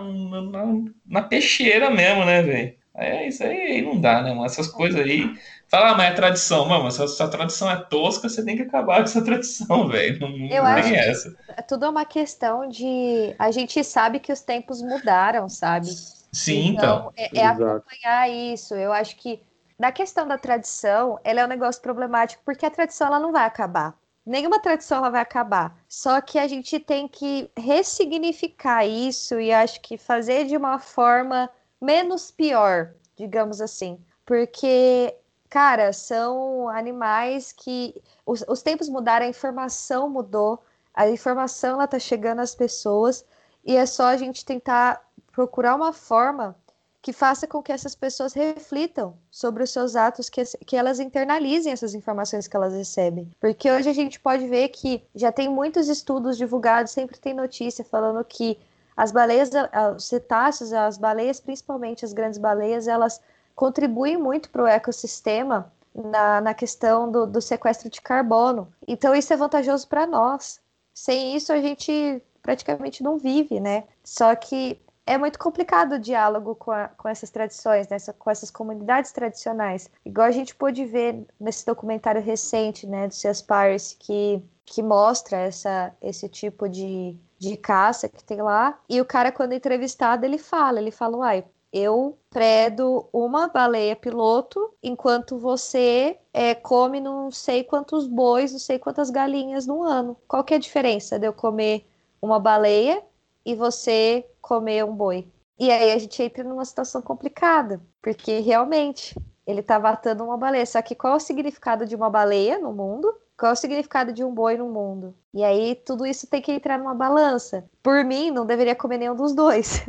Speaker 2: na peixeira mesmo, né, velho? É isso aí, não dá, né, mano? Essas coisas aí. Fala, mas é tradição. Mano, se a sua tradição é tosca, você tem que acabar com essa tradição, velho. Não,
Speaker 4: Eu
Speaker 2: não
Speaker 4: acho
Speaker 2: tem
Speaker 4: que
Speaker 2: essa.
Speaker 4: tudo é uma questão de. A gente sabe que os tempos mudaram, sabe?
Speaker 2: Sim,
Speaker 4: Então,
Speaker 2: então.
Speaker 4: é
Speaker 1: Exato.
Speaker 4: acompanhar isso. Eu acho que na questão da tradição, ela é um negócio problemático, porque a tradição ela não vai acabar. Nenhuma tradição ela vai acabar. Só que a gente tem que ressignificar isso e acho que fazer de uma forma menos pior, digamos assim. Porque, cara, são animais que os tempos mudaram, a informação mudou, a informação ela tá chegando às pessoas e é só a gente tentar procurar uma forma que faça com que essas pessoas reflitam sobre os seus atos, que elas internalizem essas informações que elas recebem. Porque hoje a gente pode ver que já tem muitos estudos divulgados, sempre tem notícia falando que as baleias, os cetáceos, as baleias, principalmente as grandes baleias, elas contribuem muito para o ecossistema na questão do sequestro de carbono. Então isso é vantajoso para nós. Sem isso a gente praticamente não vive, né? Só que é muito complicado o diálogo com essas tradições, né? Com essas comunidades tradicionais. Igual a gente pôde ver nesse documentário recente, né, do Seaspiracy, que mostra esse tipo de caça que tem lá. E o cara, quando entrevistado, ele fala, uai, eu predo uma baleia piloto, enquanto você come não sei quantos bois, não sei quantas galinhas no ano. Qual que é a diferença de eu comer uma baleia e você comer um boi? E aí a gente entra numa situação complicada, porque realmente ele tá matando uma baleia. Só que qual é o significado de uma baleia no mundo? Qual é o significado de um boi no mundo? E aí tudo isso tem que entrar numa balança. Por mim, não deveria comer nenhum dos dois.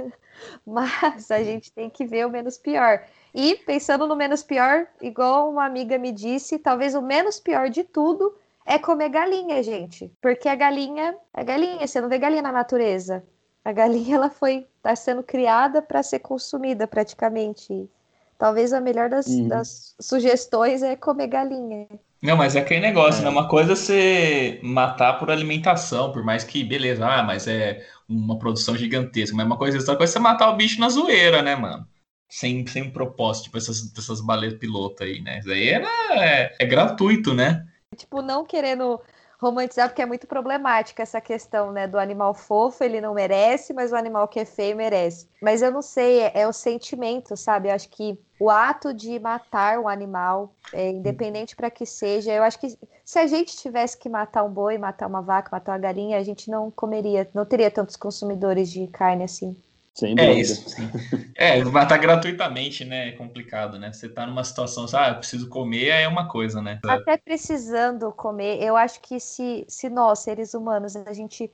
Speaker 4: Mas a gente tem que ver o menos pior. E pensando no menos pior, igual uma amiga me disse, talvez o menos pior de tudo é comer galinha, gente. Porque a galinha, você não vê galinha na natureza. A galinha ela tá sendo criada para ser consumida praticamente. Talvez a melhor
Speaker 1: Uhum.
Speaker 4: das sugestões é comer galinha.
Speaker 2: Não, mas é aquele negócio, né?
Speaker 1: É,
Speaker 2: Uma coisa é você matar por alimentação, por mais que, beleza, mas é uma produção gigantesca. Mas uma coisa, outra coisa é você matar o bicho na zoeira, né, mano? Sem um propósito, tipo essas baleias piloto aí, né? Isso aí é gratuito, né?
Speaker 4: Tipo, não querendo romantizar, porque é muito problemática essa questão, né, do animal fofo, ele não merece, mas o animal que é feio merece. Mas eu não sei, é o sentimento, sabe? Eu acho que o ato de matar um animal, independente para que seja, eu acho que se a gente tivesse que matar um boi, matar uma vaca, matar uma galinha, a gente não comeria, não teria tantos consumidores de carne assim.
Speaker 1: Sem
Speaker 2: É
Speaker 1: dúvida.
Speaker 2: isso, sim. Matar gratuitamente, né? É complicado, né? Você tá numa situação, eu preciso comer, é uma coisa, né?
Speaker 4: Até precisando comer, eu acho que se nós, seres humanos, a gente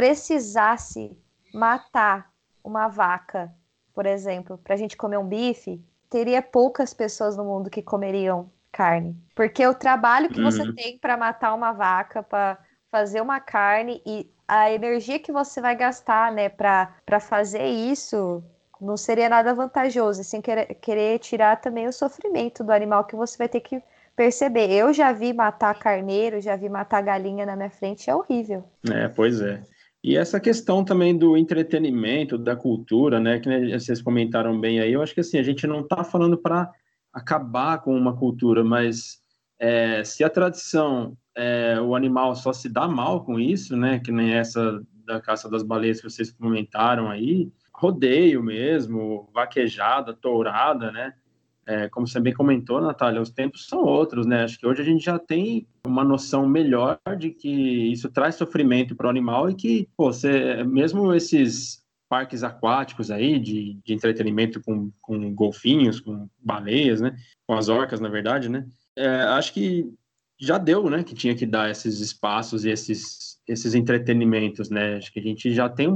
Speaker 4: precisasse matar uma vaca, por exemplo, para a gente comer um bife, teria poucas pessoas no mundo que comeriam carne. Porque o trabalho que você tem para matar uma vaca, para fazer uma carne e a energia que você vai gastar, né, para fazer isso, não seria nada vantajoso, sem querer tirar também o sofrimento do animal que você vai ter que perceber. Eu já vi matar carneiro, já vi matar galinha na minha frente, é horrível.
Speaker 1: Pois é. E essa questão também do entretenimento, da cultura, né, que né, vocês comentaram bem aí, eu acho que assim, a gente não está falando para acabar com uma cultura, mas se a tradição, o animal só se dá mal com isso, né, que nem essa da caça das baleias que vocês comentaram aí, rodeio mesmo, vaquejada, tourada, né, como você bem comentou, Natália, os tempos são outros, né? Acho que hoje a gente já tem uma noção melhor de que isso traz sofrimento para o animal e que, mesmo esses parques aquáticos aí de entretenimento com golfinhos, com baleias, né? Com as orcas, na verdade, né? Acho que já deu, né? Que tinha que dar esses espaços e esses entretenimentos, né? Acho que a gente já tem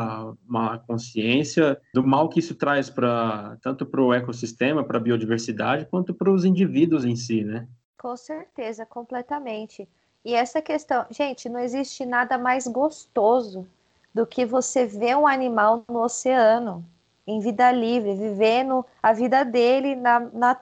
Speaker 1: uma consciência do mal que isso traz tanto para o ecossistema, para a biodiversidade, quanto para os indivíduos em si, né?
Speaker 4: Com certeza, completamente. E essa questão, gente, não existe nada mais gostoso do que você ver um animal no oceano, em vida livre, vivendo a vida dele na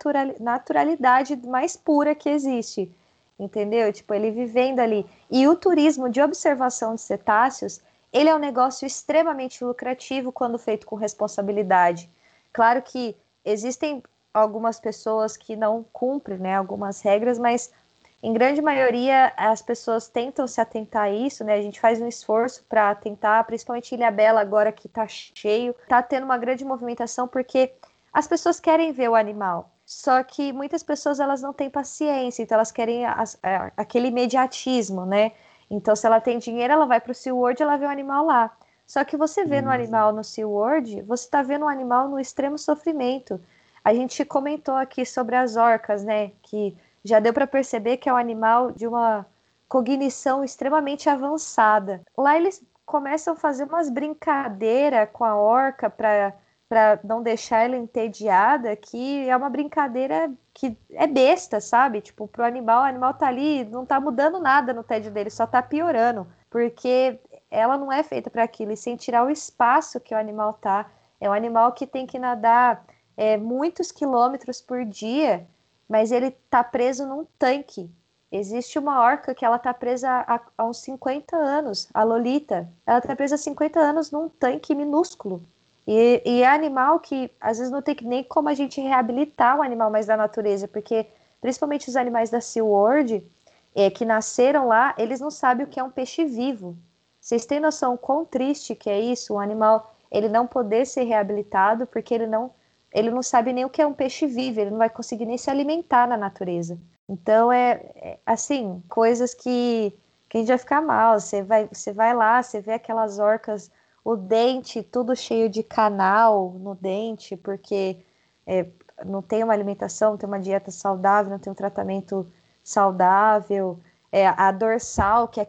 Speaker 4: naturalidade mais pura que existe. Entendeu? Tipo, ele vivendo ali. E o turismo de observação de cetáceos, ele é um negócio extremamente lucrativo quando feito com responsabilidade. Claro que existem algumas pessoas que não cumprem, né, algumas regras, mas em grande maioria as pessoas tentam se atentar a isso, né? A gente faz um esforço para tentar, principalmente Ilha Bela agora que está cheio, está tendo uma grande movimentação porque as pessoas querem ver o animal. Só que muitas pessoas elas não têm paciência, então elas querem aquele imediatismo, né? Então, se ela tem dinheiro, ela vai para o SeaWorld e ela vê o animal lá. Só que você vê no animal no SeaWorld, você está vendo um animal no extremo sofrimento. A gente comentou aqui sobre as orcas, né? Que já deu para perceber que é um animal de uma cognição extremamente avançada. Lá eles começam a fazer umas brincadeiras com a orca para não deixar ela entediada, que é uma brincadeira que é besta, sabe? Tipo, pro animal, o animal tá ali, não tá mudando nada no tédio dele, só tá piorando, porque ela não é feita para aquilo, e sem tirar o espaço que o animal tá. É um animal que tem que nadar muitos quilômetros por dia, mas ele tá preso num tanque. Existe uma orca que ela tá presa há uns 50 anos, a Lolita. Ela tá presa há 50 anos num tanque minúsculo. E é animal que, às vezes, não tem nem como a gente reabilitar um animal mais da natureza, porque, principalmente os animais da SeaWorld, que nasceram lá, eles não sabem o que é um peixe vivo. Vocês têm noção quão triste que é isso? Um animal, ele não poder ser reabilitado, porque ele não sabe nem o que é um peixe vivo, ele não vai conseguir nem se alimentar na natureza. Então, assim, coisas que a gente vai ficar mal. Você vai lá, você vê aquelas orcas, o dente tudo cheio de canal no dente, porque não tem uma alimentação, não tem uma dieta saudável, não tem um tratamento saudável. A dorsal, que é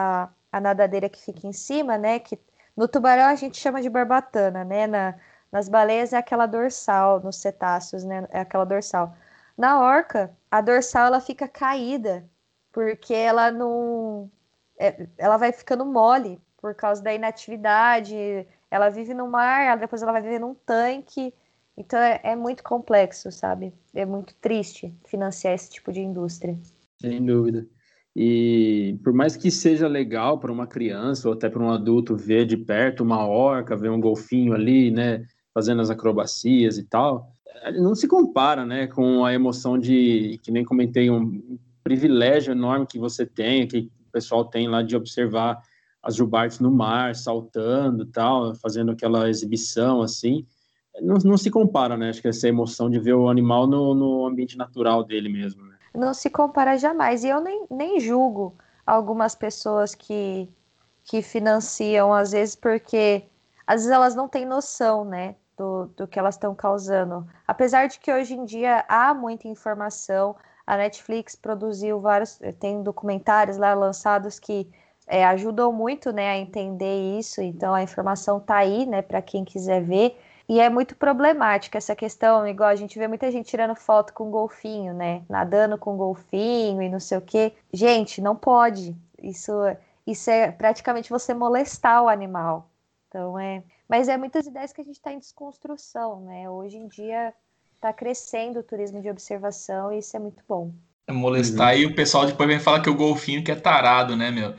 Speaker 4: a nadadeira que fica em cima, né? Que no tubarão a gente chama de barbatana, né? Nas baleias é aquela dorsal, nos cetáceos, né? É aquela dorsal. Na orca, a dorsal ela fica caída, porque ela não... ela vai ficando mole por causa da inatividade. Ela vive no mar, depois ela vai viver num tanque. Então é muito complexo, sabe? É muito triste financiar esse tipo de indústria.
Speaker 1: Sem dúvida. E por mais que seja legal para uma criança ou até para um adulto ver de perto uma orca, ver um golfinho ali, né, fazendo as acrobacias e tal, não se compara, né, com a emoção que nem comentei, um privilégio enorme que você tem, que o pessoal tem lá de observar as jubartes no mar, saltando e tal, fazendo aquela exibição assim. não se compara, né? Acho que essa emoção de ver o animal no ambiente natural dele mesmo, né?
Speaker 4: Não se compara jamais. E eu nem julgo algumas pessoas que financiam, às vezes, porque às vezes elas não têm noção, né, do que elas estão causando. Apesar de que hoje em dia há muita informação, a Netflix produziu tem documentários lá lançados que ajudam muito, né, a entender isso, então a informação tá aí, né, para quem quiser ver. E é muito problemática essa questão, igual a gente vê muita gente tirando foto com golfinho, né, nadando com golfinho e não sei o quê. Gente, não pode. Isso é praticamente você molestar o animal. Então Mas é muitas ideias que a gente está em desconstrução, né? Hoje em dia está crescendo o turismo de observação e isso é muito bom.
Speaker 2: Molestar e o pessoal depois vem falar que o golfinho que é tarado, né, meu?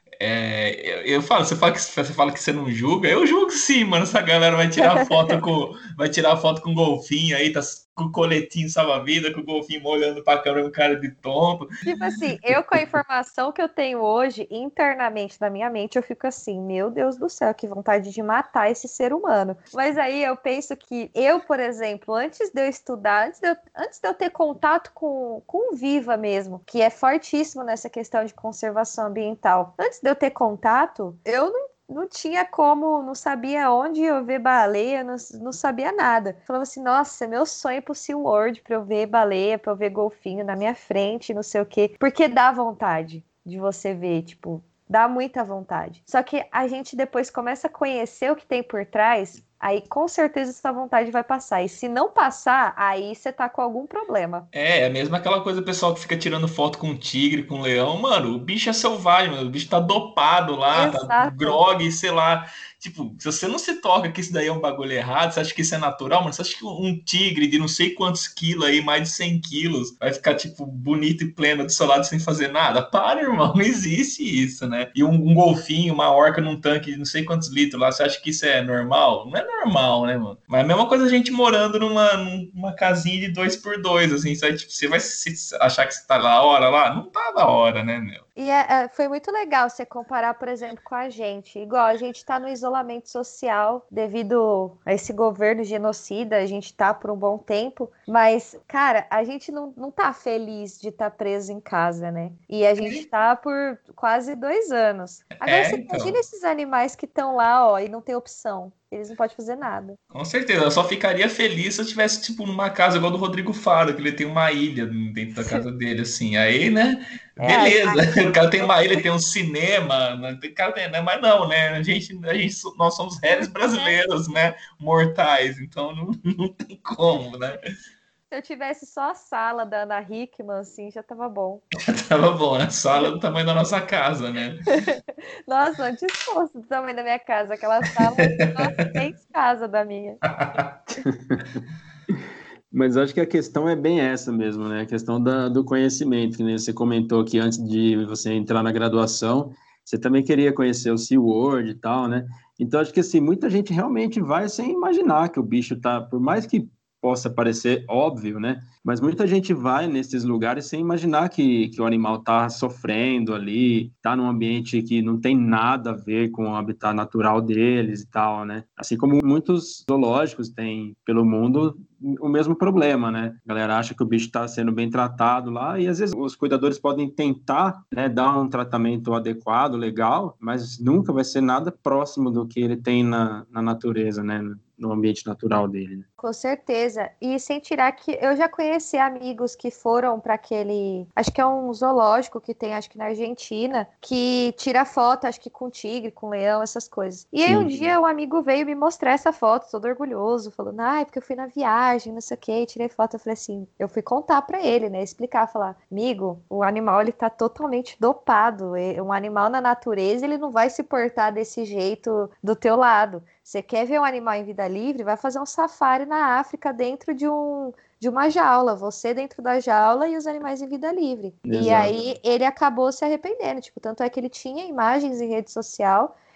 Speaker 2: Eu falo, você fala que você não julga, eu julgo sim, mano. Essa galera vai tirar foto com golfinho aí, tá com o coletinho salva-vida, com o golfinho olhando pra câmera com cara de tonto.
Speaker 4: Tipo assim, eu com a informação que eu tenho hoje, internamente na minha mente, eu fico assim, meu Deus do céu, que vontade de matar esse ser humano. Mas aí eu penso que eu, por exemplo, antes de eu estudar, antes de eu ter contato com o Viva mesmo, que é fortíssimo nessa questão de conservação ambiental, antes de eu ter contato, eu não tinha como, não sabia onde eu ver baleia, não sabia nada. Falava assim, nossa, é meu sonho pro SeaWorld, pra eu ver baleia, pra eu ver golfinho na minha frente, não sei o quê. Porque dá vontade de você ver, tipo, dá muita vontade. Só que a gente depois começa a conhecer o que tem por trás, aí com certeza essa vontade vai passar. E se não passar, aí você tá com algum problema.
Speaker 2: É mesmo aquela coisa, pessoal que fica tirando foto com tigre, com leão. Mano, o bicho é selvagem, mano. O bicho tá dopado lá, tá
Speaker 4: Exato.
Speaker 2: grog, sei lá. Tipo, se você não se toca que isso daí é um bagulho errado, você acha que isso é natural, mano? Você acha que um tigre de não sei quantos quilos aí, mais de 100 quilos, vai ficar, tipo, bonito e pleno do seu lado sem fazer nada? Para, irmão, não existe isso, né? E um golfinho, uma orca num tanque de não sei quantos litros lá, você acha que isso é normal? Não é normal, né, mano? Mas é a mesma coisa a gente morando numa casinha de 2x2, assim, sabe? Tipo, você vai achar que você tá da hora lá? Não tá da hora, né, meu?
Speaker 4: E foi muito legal você comparar, por exemplo, com a gente. Igual a gente está no isolamento social devido a esse governo genocida, a gente está por um bom tempo, mas, cara, a gente não tá feliz de estar preso em casa, né? E a gente tá por quase 2 anos. Agora você
Speaker 2: Então.
Speaker 4: imagina esses animais que estão lá, ó, e não tem opção. Eles não podem fazer nada.
Speaker 2: Com certeza, eu só ficaria feliz se eu tivesse, tipo, numa casa igual do Rodrigo Faro, que ele tem uma ilha dentro da casa dele, assim. Aí, né, beleza. O cara tem uma ilha, tem um cinema, né, né? Mas não, né? Nós somos réis brasileiros, né? Mortais, então não tem como, né?
Speaker 4: Se eu tivesse só a sala da Ana Hickman, assim, já tava bom.
Speaker 2: Tava bom, né? Sala do tamanho da nossa casa, né?
Speaker 4: Nossa, antes fosse do tamanho da minha casa. Aquela sala é 6 casas da minha.
Speaker 1: Mas acho que a questão é bem essa mesmo, né? A questão do conhecimento, que nem você comentou que antes de você entrar na graduação, você também queria conhecer o SeaWorld e tal, né? Então, acho que assim, muita gente realmente vai sem imaginar que o bicho tá, por mais que possa parecer óbvio, né? Mas muita gente vai nesses lugares sem imaginar que o animal está sofrendo ali, está num ambiente que não tem nada a ver com o habitat natural deles e tal, né? Assim como muitos zoológicos têm pelo mundo o mesmo problema, né? A galera acha que o bicho está sendo bem tratado lá e às vezes os cuidadores podem tentar, né, dar um tratamento adequado, legal, mas nunca vai ser nada próximo do que ele tem na natureza, né? No ambiente natural dele, né?
Speaker 4: Com certeza. E sem tirar que eu já conheci amigos que foram para aquele, acho que é um zoológico que tem, acho que na Argentina, que tira foto, acho que com tigre, com leão, essas coisas. E aí um dia um amigo veio me mostrar essa foto, todo orgulhoso, falando, porque eu fui na viagem, não sei o que, tirei foto. Eu falei assim, eu fui contar para ele, né, explicar, falar, amigo, o animal ele tá totalmente dopado. Um animal na natureza, ele não vai se portar desse jeito do teu lado. Você quer ver um animal em vida livre? Vai fazer um safari na África dentro de uma jaula. Você dentro da jaula e os animais em vida livre.
Speaker 1: Exato.
Speaker 4: E aí ele acabou se arrependendo. Tipo, tanto é que ele tinha imagens em rede social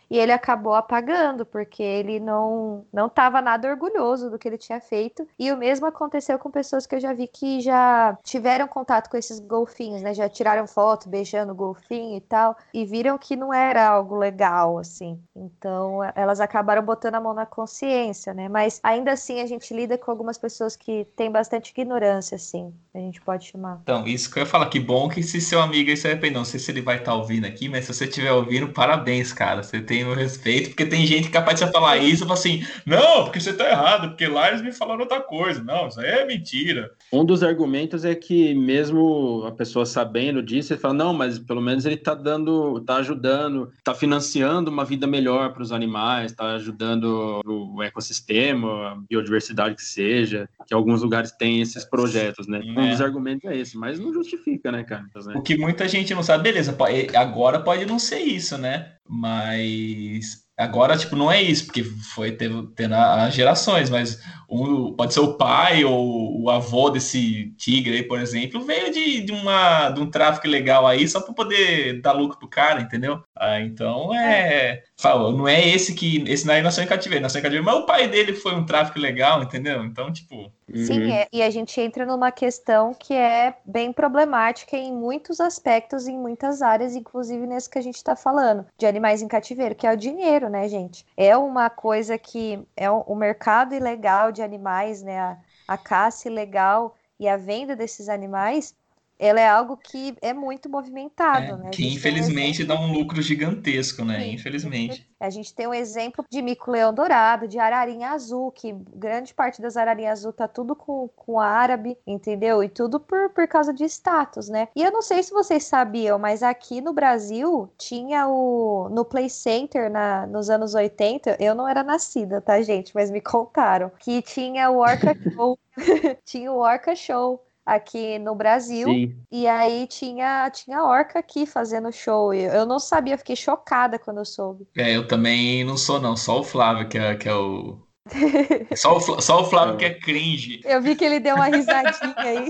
Speaker 4: e ele acabou apagando, porque ele não estava nada orgulhoso do que ele tinha feito. E o mesmo aconteceu com pessoas que eu já vi que já tiveram contato com esses golfinhos, né? Já tiraram foto beijando o golfinho e tal, e viram que não era algo legal, assim. Então, elas acabaram botando a mão na consciência, né? Mas ainda assim a gente lida com algumas pessoas que têm bastante ignorância, assim, a gente pode chamar.
Speaker 2: Então, isso que eu ia falar, que bom que se seu amigo aí se arrepende, não sei se ele vai estar ouvindo aqui, mas se você estiver ouvindo, parabéns, cara, você tem o respeito, porque tem gente capaz de você falar isso e falar assim, não, porque você tá errado, porque lá eles me falaram outra coisa, não, isso aí é mentira.
Speaker 1: Um dos argumentos é que mesmo a pessoa sabendo disso, ele fala, não, mas pelo menos ele tá ajudando, tá financiando uma vida melhor para os animais, tá ajudando o ecossistema, a biodiversidade que seja, que alguns lugares têm esses projetos, né? Um dos argumentos é esse, mas não justifica, né, cara?
Speaker 2: O que muita gente não sabe, beleza, agora pode não ser isso, né? Mas agora, tipo, não é isso, porque foi tendo as gerações, mas pode ser o pai ou o avô desse tigre aí, por exemplo, veio de um tráfico ilegal aí só para poder dar lucro pro cara, entendeu? Então não é esse não é Nação em Cativeiro, mas o pai dele foi um tráfico ilegal, entendeu? Então, tipo...
Speaker 4: Sim, e a gente entra numa questão que é bem problemática em muitos aspectos, em muitas áreas, inclusive nesse que a gente está falando, de animais em cativeiro, que é o dinheiro, né, gente? É uma coisa que é o mercado ilegal de animais, né, a caça ilegal e a venda desses animais, ela é algo que é muito movimentado, né?
Speaker 2: Que infelizmente dá um lucro gigantesco, né? Sim, infelizmente.
Speaker 4: A gente tem um exemplo de mico-leão dourado, de ararinha azul, que grande parte das ararinhas azul tá tudo com árabe, entendeu? E tudo por causa de status, né? E eu não sei se vocês sabiam, mas aqui no Brasil tinha no Play Center nos anos 80, eu não era nascida, tá, gente? Mas me contaram que tinha o Orca Show. Tinha o Orca Show aqui no Brasil. Sim. E aí tinha orca aqui fazendo show. Eu não sabia, fiquei chocada quando eu soube.
Speaker 2: Eu também não sou, não. Só o Flávio, que é o... Só o Flávio que é cringe.
Speaker 4: Eu vi que ele deu uma risadinha aí.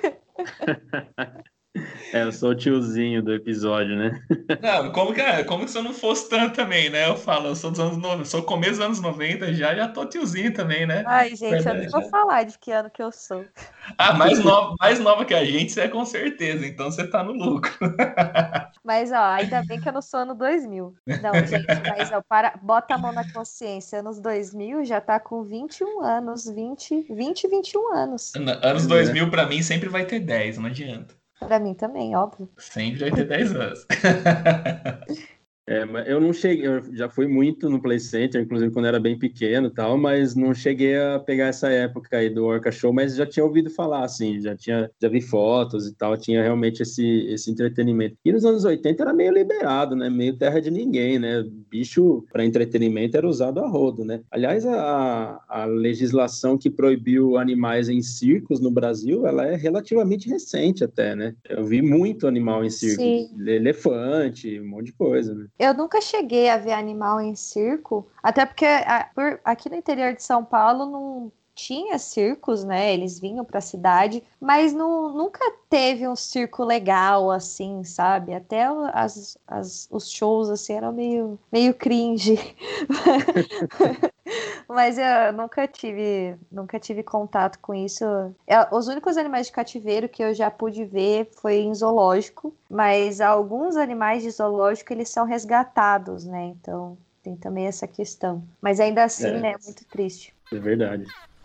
Speaker 1: Eu sou o tiozinho do episódio, né?
Speaker 2: Não, como que se eu não fosse tanto também, né? Eu falo, eu sou dos anos 90, sou começo dos anos 90, já tô tiozinho também, né?
Speaker 4: Ai, gente, eu não vou falar de que ano que eu sou.
Speaker 2: Mais nova que a gente, você é com certeza, então você tá no lucro.
Speaker 4: Mas, ó, ainda bem que eu não sou ano 2000. Não, gente, mas, ó, bota a mão na consciência, anos 2000 já tá com 21 anos, 21 anos.
Speaker 2: Anos 2000 pra mim sempre vai ter 10, não adianta.
Speaker 4: Pra mim também, óbvio.
Speaker 2: Sempre vai ter 10 anos.
Speaker 1: Mas eu não cheguei, eu já fui muito no Play Center, inclusive quando era bem pequeno e tal, mas não cheguei a pegar essa época aí do Orca Show, mas já tinha ouvido falar, assim, já vi fotos e tal, tinha realmente esse entretenimento. E nos anos 80 era meio liberado, né, meio terra de ninguém, né, bicho para entretenimento era usado a rodo, né. Aliás, a legislação que proibiu animais em circos no Brasil, ela é relativamente recente até, né. Eu vi muito animal em circo, sim, elefante, um monte de coisa, né.
Speaker 4: Eu nunca cheguei a ver animal em circo, até porque aqui no interior de São Paulo não tinha circos, né? Eles vinham para a cidade, mas nunca teve um circo legal, assim, sabe? Até os shows, assim, eram meio cringe. Mas eu nunca tive contato com isso. Os únicos animais de cativeiro que eu já pude ver foi em zoológico, mas alguns animais de zoológico, eles são resgatados, né? Então tem também essa questão. Mas ainda assim, né, é muito triste.
Speaker 1: É verdade.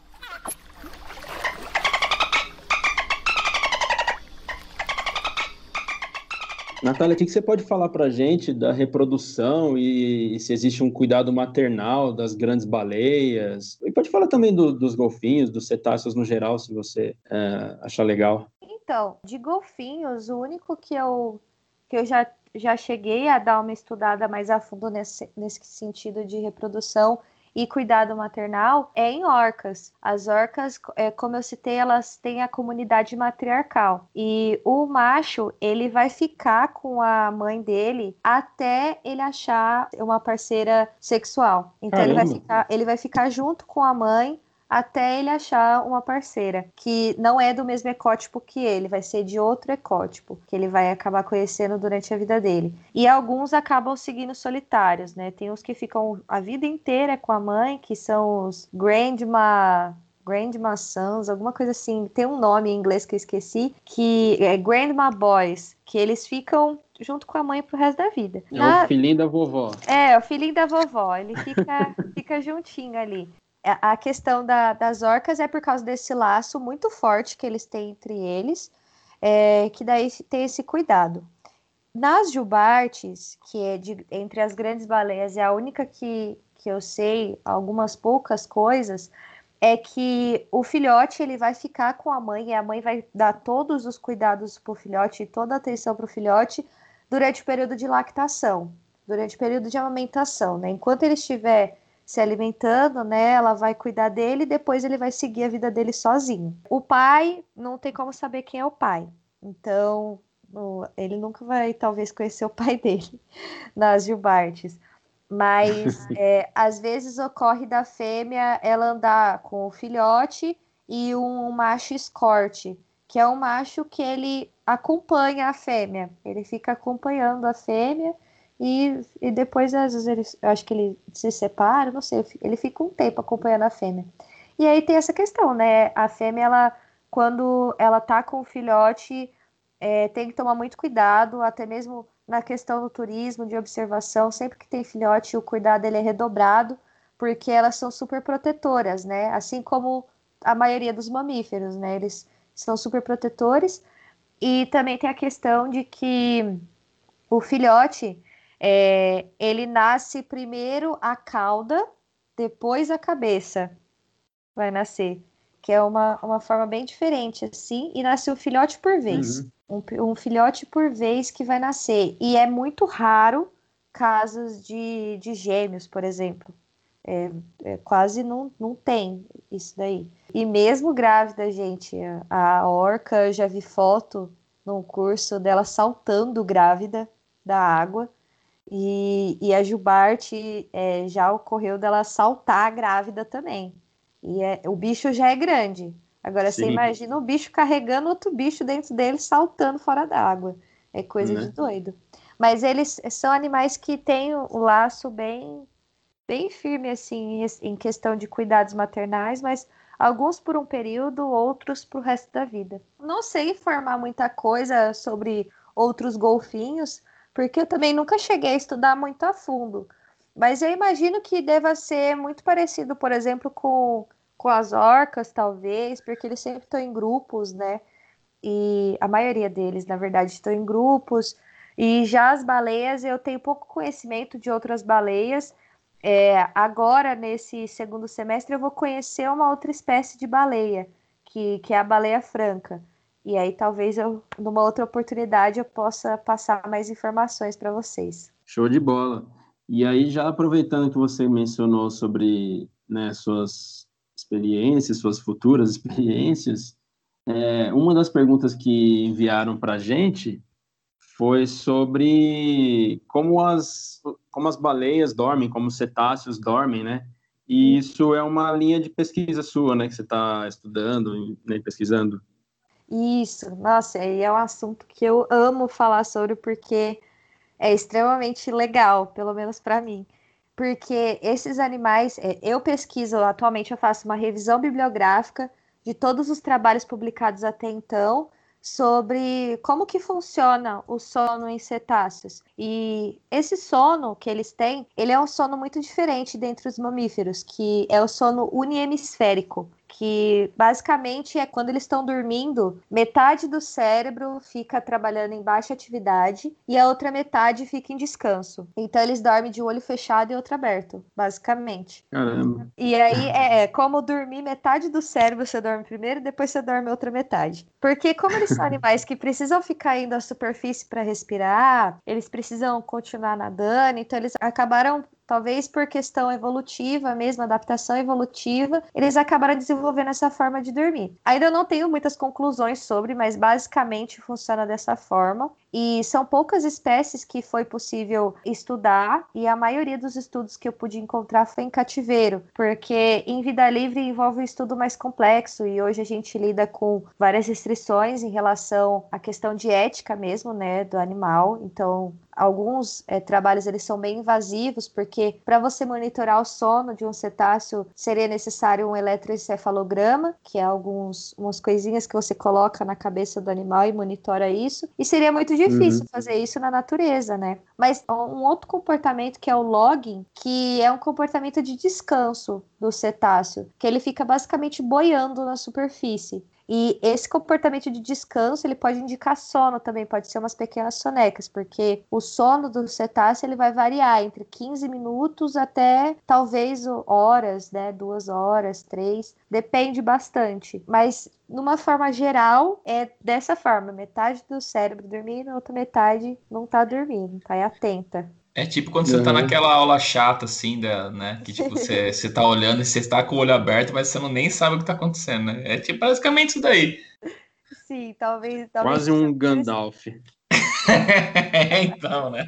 Speaker 1: Natália, o que você pode falar para a gente da reprodução e se existe um cuidado maternal das grandes baleias? E pode falar também dos golfinhos, dos cetáceos no geral, se você achar legal.
Speaker 4: Então, de golfinhos, o único que eu já cheguei a dar uma estudada mais a fundo nesse sentido de reprodução e cuidado maternal é em orcas. As orcas, como eu citei, elas têm a comunidade matriarcal. E o macho, ele vai ficar com a mãe dele até ele achar uma parceira sexual. Então ele vai ficar junto com a mãe até ele achar uma parceira, que não é do mesmo ecótipo que ele, vai ser de outro ecótipo, que ele vai acabar conhecendo durante a vida dele. E alguns acabam seguindo solitários, né? Tem uns que ficam a vida inteira com a mãe, que são os Grandma Sons, alguma coisa assim, tem um nome em inglês que eu esqueci, que é Grandma Boys, que eles ficam junto com a mãe pro resto da vida.
Speaker 1: É o filhinho da vovó.
Speaker 4: É, o filhinho da vovó, ele fica juntinho ali. A questão das orcas é por causa desse laço muito forte que eles têm entre eles, que daí tem esse cuidado. Nas jubartes, que é entre as grandes baleias, é a única que eu sei algumas poucas coisas, é que o filhote ele vai ficar com a mãe e a mãe vai dar todos os cuidados para o filhote, toda a atenção para o filhote durante o período de lactação, durante o período de amamentação, né? Enquanto ele estiver se alimentando, né, ela vai cuidar dele e depois ele vai seguir a vida dele sozinho. O pai, não tem como saber quem é o pai, então ele nunca vai talvez conhecer o pai dele nas jubartes. Mas às vezes ocorre da fêmea ela andar com o filhote e um macho escorte, que é um macho que ele acompanha a fêmea. Ele fica acompanhando a fêmea e depois, às vezes, eu acho que ele se separa, não sei, ele fica um tempo acompanhando a fêmea. E aí tem essa questão, né? A fêmea, quando ela tá com o filhote, tem que tomar muito cuidado, até mesmo na questão do turismo, de observação, sempre que tem filhote, o cuidado ele é redobrado, porque elas são super protetoras, né? Assim como a maioria dos mamíferos, né? Eles são super protetores. E também tem a questão de que o filhote, ele nasce primeiro a cauda, depois a cabeça vai nascer, que é uma forma bem diferente, assim, e nasce um filhote por vez.
Speaker 1: Uhum.
Speaker 4: Um filhote por vez que vai nascer. E é muito raro casos de gêmeos, por exemplo. Quase não tem isso daí. E mesmo grávida, gente, a orca, eu já vi foto num curso dela saltando grávida da água. E a jubarte já ocorreu dela saltar grávida também. E o bicho já é grande. Agora você
Speaker 1: Sim.
Speaker 4: imagina o bicho carregando outro bicho dentro dele, saltando fora da água. É coisa de doido. Mas eles são animais que têm o laço bem, bem firme, assim, em questão de cuidados maternais, mas alguns por um período, outros para o resto da vida. Não sei informar muita coisa sobre outros golfinhos, porque eu também nunca cheguei a estudar muito a fundo. Mas eu imagino que deva ser muito parecido, por exemplo, com as orcas, talvez, porque eles sempre estão em grupos, né? E a maioria deles, na verdade, estão em grupos. E já as baleias, eu tenho pouco conhecimento de outras baleias. Agora, nesse segundo semestre, eu vou conhecer uma outra espécie de baleia, que é a baleia franca. E aí, talvez, numa outra oportunidade, eu possa passar mais informações para vocês.
Speaker 1: Show de bola. E aí, já aproveitando que você mencionou sobre, né, suas experiências, suas futuras experiências, uma das perguntas que enviaram para a gente foi sobre como as baleias dormem, como os cetáceos dormem, né? E isso é uma linha de pesquisa sua, né, que você está estudando, né, pesquisando.
Speaker 4: Isso, nossa, aí é um assunto que eu amo falar sobre, porque é extremamente legal, pelo menos para mim. Porque esses animais, eu pesquiso, atualmente eu faço uma revisão bibliográfica de todos os trabalhos publicados até então sobre como que funciona o sono em cetáceos. E esse sono que eles têm, ele é um sono muito diferente dentre os mamíferos, que é o sono unihemisférico, que basicamente é quando eles estão dormindo, metade do cérebro fica trabalhando em baixa atividade e a outra metade fica em descanso. Então eles dormem de olho fechado e outro aberto, basicamente.
Speaker 1: Caramba.
Speaker 4: E aí como dormir metade do cérebro, você dorme primeiro e depois você dorme outra metade. Porque como eles são animais que precisam ficar indo à superfície para respirar, eles precisam continuar nadando, então eles acabaram, talvez por questão evolutiva mesmo, adaptação evolutiva, eles acabaram desenvolvendo essa forma de dormir. Ainda não tenho muitas conclusões sobre, mas basicamente funciona dessa forma. E são poucas espécies que foi possível estudar, e a maioria dos estudos que eu pude encontrar foi em cativeiro, porque em vida livre envolve um estudo mais complexo, e hoje a gente lida com várias restrições em relação à questão de ética mesmo, né, do animal. Então, alguns trabalhos eles são bem invasivos, porque para você monitorar o sono de um cetáceo seria necessário um eletroencefalograma, que é umas coisinhas que você coloca na cabeça do animal e monitora isso, e seria muito difícil fazer isso na natureza, né? Mas um outro comportamento que é o logging, que é um comportamento de descanso do cetáceo, que ele fica basicamente boiando na superfície. E esse comportamento de descanso, ele pode indicar sono também, pode ser umas pequenas sonecas, porque o sono do cetáceo, ele vai variar entre 15 minutos até talvez horas, né, 2 horas, 3, depende bastante. Mas, numa forma geral, é dessa forma, metade do cérebro dormindo, a outra metade não tá dormindo, tá aí atenta.
Speaker 2: É tipo quando você tá naquela aula chata, assim, né? Que tipo, você tá olhando e você tá com o olho aberto, mas você nem sabe o que tá acontecendo, né? É tipo basicamente isso daí.
Speaker 4: Sim, talvez
Speaker 1: Quase um Gandalf.
Speaker 2: Então, né?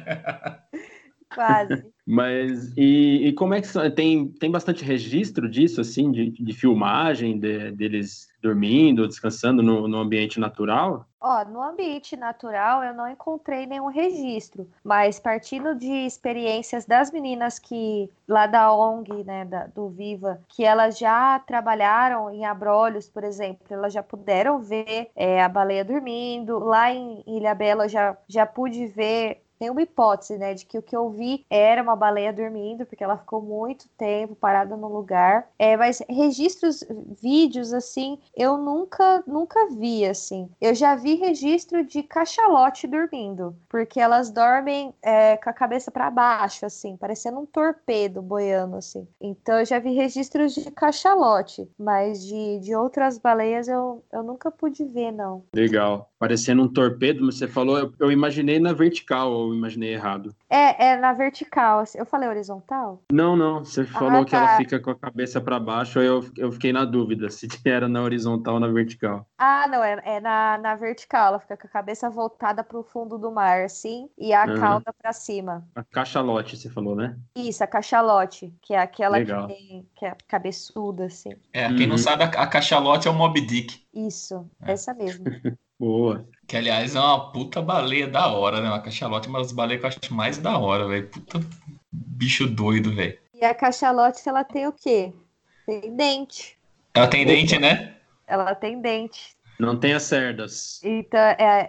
Speaker 4: Quase.
Speaker 1: Mas, e como é que tem bastante registro disso, assim, de filmagem deles dormindo, descansando no ambiente natural?
Speaker 4: No ambiente natural eu não encontrei nenhum registro, mas partindo de experiências das meninas que lá da ONG, né, do Viva, que elas já trabalharam em abrolhos, por exemplo, elas já puderam ver a baleia dormindo. Lá em Ilhabela eu já pude ver. Tem uma hipótese, né, de que o que eu vi era uma baleia dormindo, porque ela ficou muito tempo parada no lugar. Mas registros, vídeos, assim, eu nunca vi, assim. Eu já vi registro de cachalote dormindo, porque elas dormem com a cabeça para baixo, assim, parecendo um torpedo boiando, assim. Então eu já vi registros de cachalote, mas de outras baleias eu nunca pude ver, não.
Speaker 1: Legal. Parecendo um torpedo, mas você falou, eu imaginei na vertical, ou imaginei errado?
Speaker 4: É na vertical. Eu falei horizontal?
Speaker 1: Não. Você falou que ela
Speaker 4: Tá.
Speaker 1: fica com a cabeça para baixo, aí eu fiquei na dúvida se era na horizontal ou na vertical.
Speaker 4: Não, é na vertical. Ela fica com a cabeça voltada para o fundo do mar, assim, e a cauda para cima.
Speaker 1: A cachalote, você falou, né?
Speaker 4: Isso, a cachalote, que é aquela
Speaker 1: Legal.
Speaker 4: que é cabeçuda, assim.
Speaker 2: Quem não sabe, a cachalote é o Moby Dick.
Speaker 4: Isso, essa mesmo.
Speaker 1: Boa.
Speaker 2: Que, aliás, é uma puta baleia da hora, né? Uma cachalote é uma das baleias que eu acho mais da hora, velho. Puta bicho doido, velho.
Speaker 4: E a cachalote, ela tem o quê? Tem dente.
Speaker 2: Ela tem dente, né?
Speaker 4: Ela tem dente.
Speaker 1: Não tem as cerdas.
Speaker 4: Então,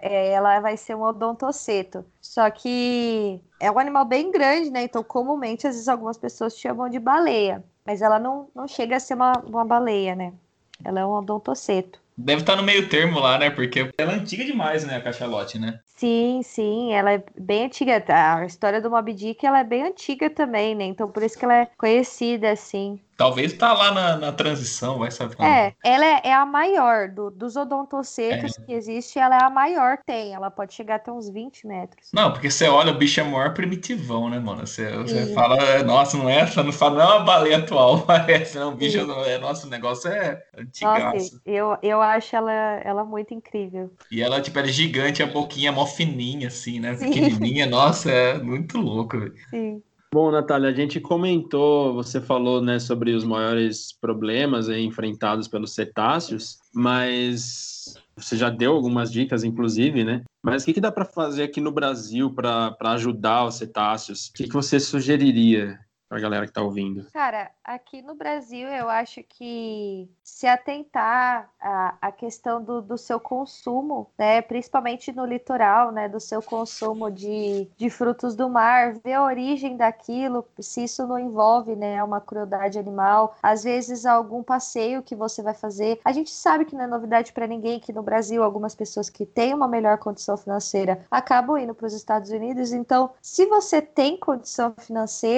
Speaker 4: ela vai ser um odontoceto. Só que é um animal bem grande, né? Então, comumente, às vezes, algumas pessoas chamam de baleia. Mas ela não chega a ser uma baleia, né? Ela é um odontoceto.
Speaker 2: Deve estar no meio termo lá, né? Porque ela é antiga demais, né? A cachalote, né?
Speaker 4: Sim, ela é bem antiga. A história do Moby Dick, ela é bem antiga também, né? Então, por isso que ela é conhecida, assim.
Speaker 2: Talvez tá lá na transição, vai saber.
Speaker 4: Ela é a maior dos odontocetos que existe, ela é a maior que tem. Ela pode chegar até uns 20 metros.
Speaker 2: Não, porque você olha, o bicho é maior primitivão, né, mano? Você fala, nossa, não fala, não é uma baleia atual, parece, não, o bicho, nossa, o negócio é antigaço.
Speaker 4: Nossa, eu acho ela muito incrível.
Speaker 2: E ela, tipo, ela é gigante, a boquinha é mó fininha, assim, né? Pequenininha, nossa, é muito louco, velho.
Speaker 4: Sim.
Speaker 1: Bom, Natália, a gente comentou, você falou, né, sobre os maiores problemas enfrentados pelos cetáceos, mas você já deu algumas dicas, inclusive, né? Mas o que dá para fazer aqui no Brasil para ajudar os cetáceos? O que você sugeriria para a galera que está ouvindo?
Speaker 4: Cara, aqui no Brasil eu acho que se atentar à questão do seu consumo, né, principalmente no litoral, né, do seu consumo de frutos do mar, ver a origem daquilo, se isso não envolve, né, uma crueldade animal, às vezes algum passeio que você vai fazer. A gente sabe que não é novidade para ninguém que no Brasil algumas pessoas que têm uma melhor condição financeira acabam indo para os Estados Unidos, então se você tem condição financeira,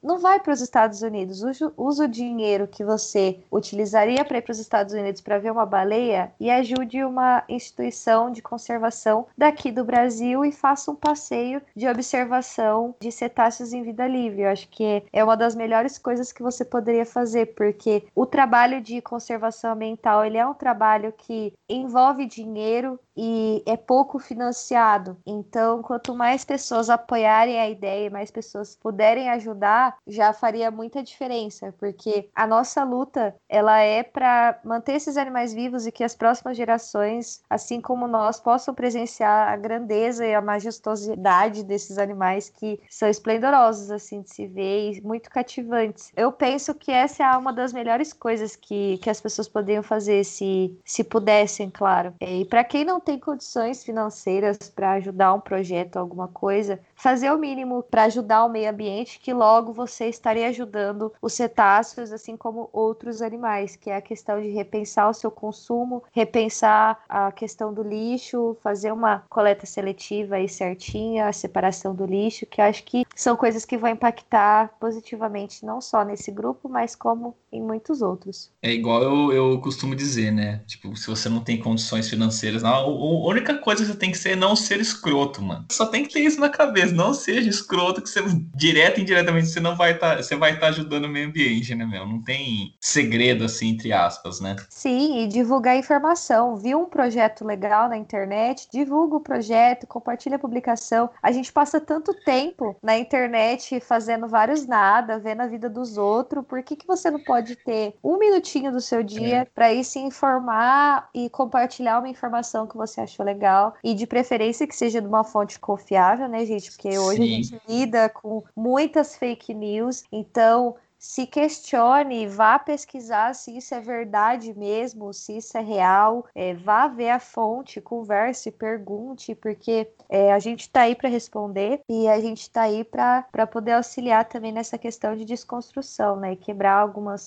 Speaker 4: não vai para os Estados Unidos. Usa o dinheiro que você utilizaria para ir para os Estados Unidos para ver uma baleia e ajude uma instituição de conservação daqui do Brasil e faça um passeio de observação de cetáceos em vida livre. Eu acho que é uma das melhores coisas que você poderia fazer, porque o trabalho de conservação ambiental, ele é um trabalho que envolve dinheiro e é pouco financiado. Então, quanto mais pessoas apoiarem a ideia, mais pessoas puderem ajudar, já faria muita diferença, porque a nossa luta, ela é para manter esses animais vivos e que as próximas gerações, assim como nós, possam presenciar a grandeza e a majestosidade desses animais que são esplendorosos, assim, de se ver e muito cativantes. Eu penso que essa é uma das melhores coisas que as pessoas poderiam fazer se pudessem, claro. E para quem não tem condições financeiras para ajudar um projeto, alguma coisa, fazer o mínimo para ajudar o meio ambiente, que logo você estaria ajudando os cetáceos, assim como outros animais, que é a questão de repensar o seu consumo, repensar a questão do lixo, fazer uma coleta seletiva aí certinha, a separação do lixo, que eu acho que são coisas que vão impactar positivamente não só nesse grupo, mas como em muitos outros.
Speaker 2: É igual eu costumo dizer, né? Tipo, se você não tem condições financeiras, a única coisa que você tem que ser é não ser escroto, mano. Só tem que ter isso na cabeça. Não seja escroto, que você, direto e indiretamente, você não vai estar, você vai estar ajudando o meio ambiente, né, meu? Não tem segredo, assim, entre aspas, né?
Speaker 4: Sim, e divulgar informação. Viu um projeto legal na internet, divulga o projeto, compartilha a publicação. A gente passa tanto tempo na internet fazendo vários nada, vendo a vida dos outros. Por que você não pode ter um minutinho do seu dia para ir se informar e compartilhar uma informação que você achou legal? E de preferência que seja de uma fonte confiável, né, gente? Porque hoje a gente lida com muitas fake news, então se questione, vá pesquisar se isso é verdade mesmo, se isso é real, vá ver a fonte, converse, pergunte, porque a gente está aí para responder e a gente está aí para poder auxiliar também nessa questão de desconstrução, né, e quebrar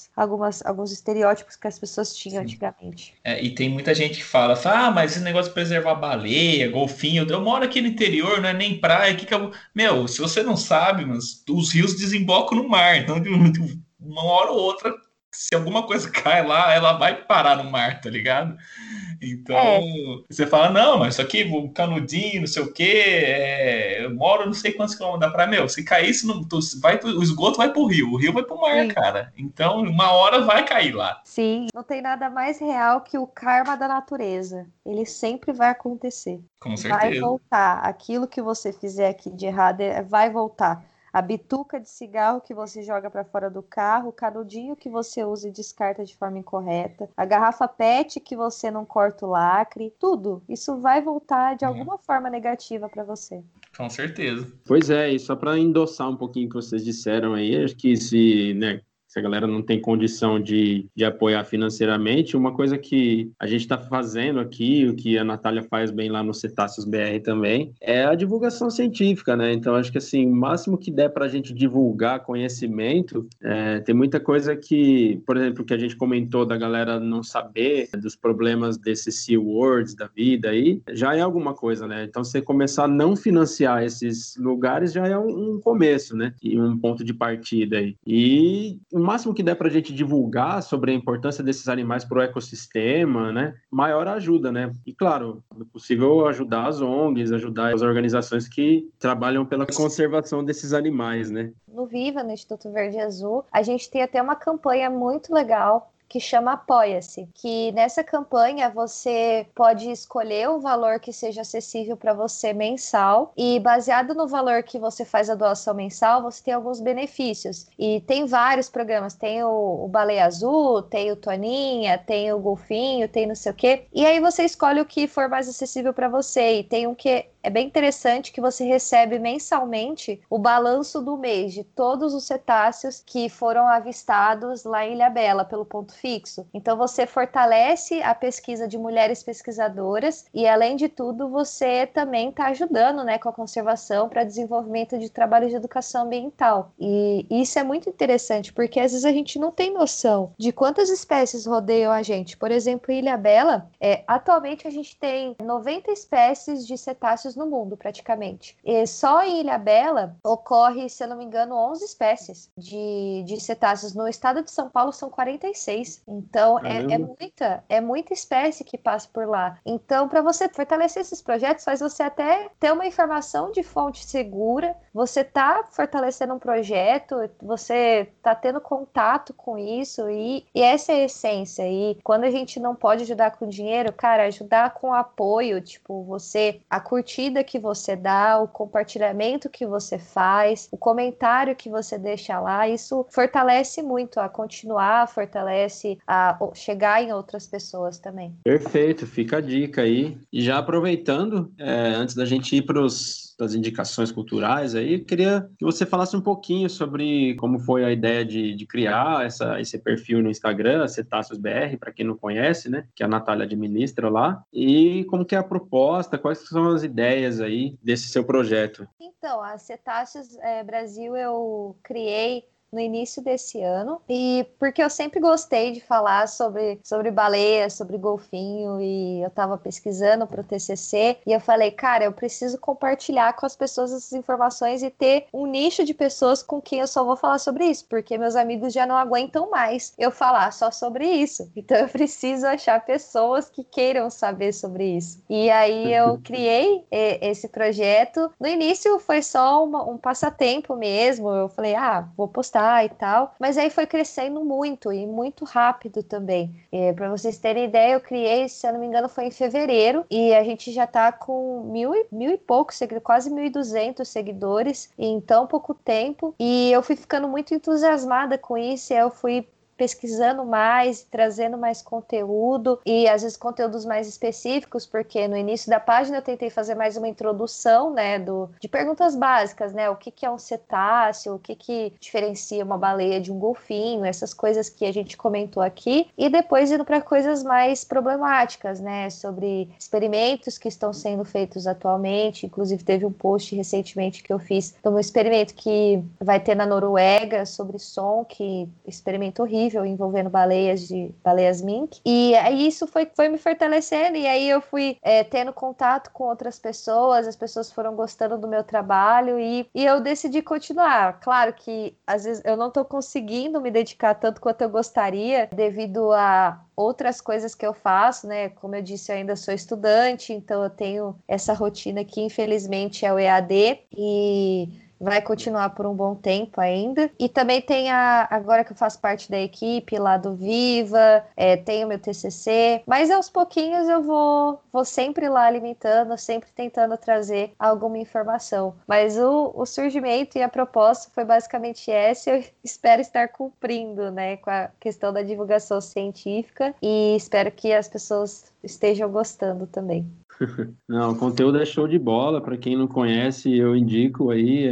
Speaker 4: alguns estereótipos que as pessoas tinham antigamente.
Speaker 2: E tem muita gente que fala, mas esse negócio de preservar baleia, golfinho, eu moro aqui no interior, não é nem praia, Meu, se você não sabe, mas os rios desembocam no mar, então uma hora ou outra, se alguma coisa cai lá, ela vai parar no mar, tá ligado? Então, você fala, não, mas isso aqui, um canudinho, não sei o quê, eu moro não sei quantos quilômetros da praia. Meu, se cair, o esgoto vai pro rio, o rio vai pro mar, cara. Então, uma hora vai cair lá.
Speaker 4: Sim, não tem nada mais real que o karma da natureza. Ele sempre vai acontecer.
Speaker 2: Com certeza.
Speaker 4: Vai voltar. Aquilo que você fizer aqui de errado vai voltar. A bituca de cigarro que você joga para fora do carro, o canudinho que você usa e descarta de forma incorreta, a garrafa PET que você não corta o lacre, tudo. Isso vai voltar de alguma forma negativa para você.
Speaker 2: Com certeza.
Speaker 1: Pois é, e só para endossar um pouquinho o que vocês disseram aí, acho que se a galera não tem condição de apoiar financeiramente, uma coisa que a gente está fazendo aqui, o que a Natália faz bem lá no Cetáceos BR também, é a divulgação científica, né? Então, acho que assim, o máximo que der para a gente divulgar conhecimento, tem muita coisa que, por exemplo, que a gente comentou da galera não saber dos problemas desses SeaWorlds da vida aí, já é alguma coisa, né? Então, você começar a não financiar esses lugares já é um começo, né? E um ponto de partida aí. E o máximo que der para a gente divulgar sobre a importância desses animais para o ecossistema, né, maior a ajuda, né? E claro, é possível ajudar as ONGs, ajudar as organizações que trabalham pela conservação desses animais, né?
Speaker 4: No Viva, no Instituto Verde e Azul, a gente tem até uma campanha muito legal que chama Apoia-se, que nessa campanha você pode escolher um valor que seja acessível para você mensal e baseado no valor que você faz a doação mensal, você tem alguns benefícios. E tem vários programas, tem o Baleia Azul, tem o Toninha, tem o Golfinho, tem não sei o quê. E aí você escolhe o que for mais acessível para você. E tem um que é bem interessante que você recebe mensalmente o balanço do mês de todos os cetáceos que foram avistados lá em Ilhabela pelo ponto fixo. Então você fortalece a pesquisa de mulheres pesquisadoras e além de tudo você também está ajudando, né, com a conservação para desenvolvimento de trabalhos de educação ambiental. E isso é muito interessante porque às vezes a gente não tem noção de quantas espécies rodeiam a gente. Por exemplo, em Ilhabela, atualmente a gente tem 90 espécies de cetáceos no mundo, praticamente. E só em Ilhabela ocorre, se eu não me engano, 11 espécies de cetáceos. No estado de São Paulo são 46. Então, é muita espécie que passa por lá. Então, para você fortalecer esses projetos, faz você até ter uma informação de fonte segura, você tá fortalecendo um projeto, você tá tendo contato com isso, e essa é a essência. E quando a gente não pode ajudar com dinheiro, cara, ajudar com apoio, tipo, a curtida que você dá, o compartilhamento que você faz, o comentário que você deixa lá, isso fortalece muito a continuar, fortalece a chegar em outras pessoas também.
Speaker 1: Perfeito, fica a dica aí. E já aproveitando, antes da gente ir para das indicações culturais aí, eu queria que você falasse um pouquinho sobre como foi a ideia de criar esse perfil no Instagram, CetáceosBR, para quem não conhece, né, que a Natália administra lá, e como que é a proposta, quais são as ideias aí desse seu projeto.
Speaker 4: Então, a Cetáceos Brasil eu criei no início desse ano, e porque eu sempre gostei de falar sobre baleia, sobre golfinho, e eu tava pesquisando pro TCC, e eu falei, cara, eu preciso compartilhar com as pessoas essas informações e ter um nicho de pessoas com quem eu só vou falar sobre isso, porque meus amigos já não aguentam mais eu falar só sobre isso, então eu preciso achar pessoas que queiram saber sobre isso. E aí eu criei esse projeto. No início foi só um passatempo mesmo, eu falei, vou postar e tal, mas aí foi crescendo muito e muito rápido também. Para vocês terem ideia, eu criei, se eu não me engano, foi em fevereiro, e a gente já tá com mil e poucos seguidores, quase 1.200 seguidores em tão pouco tempo, e eu fui ficando muito entusiasmada com isso, e eu fui pesquisando mais, trazendo mais conteúdo, e às vezes conteúdos mais específicos, porque no início da página eu tentei fazer mais uma introdução, né, de perguntas básicas, né, o que é um cetáceo, o que diferencia uma baleia de um golfinho, essas coisas que a gente comentou aqui, e depois indo para coisas mais problemáticas, né, sobre experimentos que estão sendo feitos atualmente. Inclusive teve um post recentemente que eu fiz de um experimento que vai ter na Noruega sobre som, que experimento horrível envolvendo baleias mink, e aí isso foi me fortalecendo, e aí eu fui tendo contato com outras pessoas, as pessoas foram gostando do meu trabalho, e eu decidi continuar. Claro que às vezes eu não tô conseguindo me dedicar tanto quanto eu gostaria, devido a outras coisas que eu faço, né? Como eu disse, eu ainda sou estudante, então eu tenho essa rotina que infelizmente é o EAD, e vai continuar por um bom tempo ainda. E também tem agora que eu faço parte da equipe lá do Viva, tem o meu TCC, mas aos pouquinhos eu vou sempre lá alimentando, sempre tentando trazer alguma informação. Mas o surgimento e a proposta foi basicamente essa, eu espero estar cumprindo, né, com a questão da divulgação científica, e espero que as pessoas estejam gostando também.
Speaker 1: Não, o conteúdo é show de bola. Para quem não conhece, eu indico aí,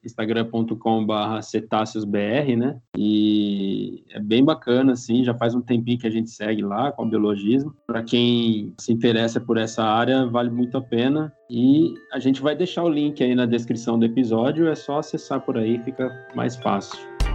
Speaker 1: instagram.com/cetáceosbr, né? E é bem bacana, assim, já faz um tempinho que a gente segue lá com o biologismo. Para quem se interessa por essa área, vale muito a pena. E a gente vai deixar o link aí na descrição do episódio, é só acessar por aí, fica mais fácil.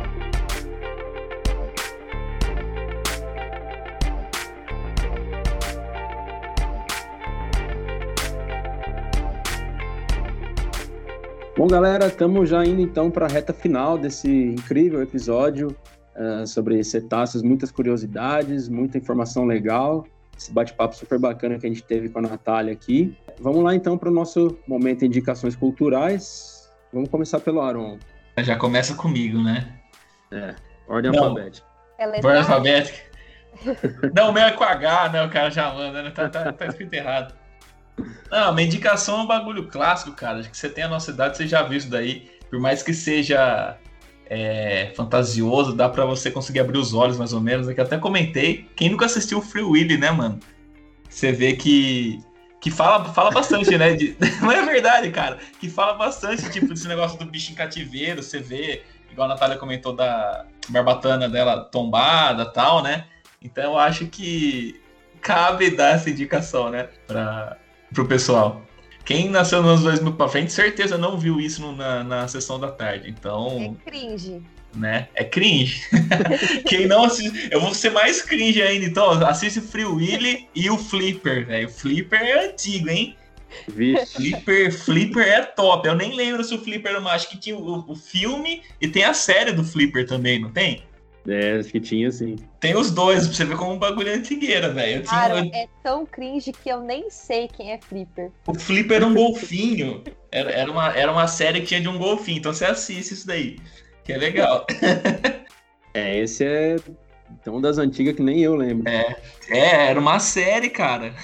Speaker 1: Bom, galera, estamos já indo então para a reta final desse incrível episódio sobre cetáceos, muitas curiosidades, muita informação legal, esse bate-papo super bacana que a gente teve com a Natália aqui. Vamos lá então para o nosso momento de indicações culturais. Vamos começar pelo Aron.
Speaker 2: Já começa comigo, né?
Speaker 1: Ordem alfabética.
Speaker 2: Ordem alfabética. Não, o meu é com H, né? O cara já manda, né? Tá escrito errado. Não, minha indicação é um bagulho clássico, cara. Acho que você tem a nossa idade, você já viu isso daí. Por mais que seja fantasioso, dá pra você conseguir abrir os olhos, mais ou menos. É que eu até comentei. Quem nunca assistiu o Free Willy, né, mano? Você vê que fala bastante, né? Não é verdade, cara. Que fala bastante, tipo, desse negócio do bicho em cativeiro. Você vê, igual a Natália comentou da barbatana dela tombada e tal, né? Então eu acho que cabe dar essa indicação, né? Pro pessoal. Quem nasceu nos anos 2000 pra frente, certeza não viu isso na sessão da tarde. Então...
Speaker 4: É cringe.
Speaker 2: Né? É cringe. Quem não assiste... Eu vou ser mais cringe ainda. Então, assiste o Free Willy e o Flipper, velho. O Flipper é antigo, hein?
Speaker 1: Vixe.
Speaker 2: Flipper é top. Eu nem lembro se o Flipper, eu acho que tinha o filme e tem a série do Flipper também, não tem?
Speaker 1: Acho que tinha, sim.
Speaker 2: Tem os dois, pra você ver como um bagulho é antigueira, velho.
Speaker 4: Cara, é tão cringe que eu nem sei quem é Flipper.
Speaker 2: O Flipper era um golfinho. Era uma série que tinha de um golfinho. Então você assiste isso daí, que é legal.
Speaker 1: Esse é uma das antigas que nem eu lembro.
Speaker 2: Era uma série, cara.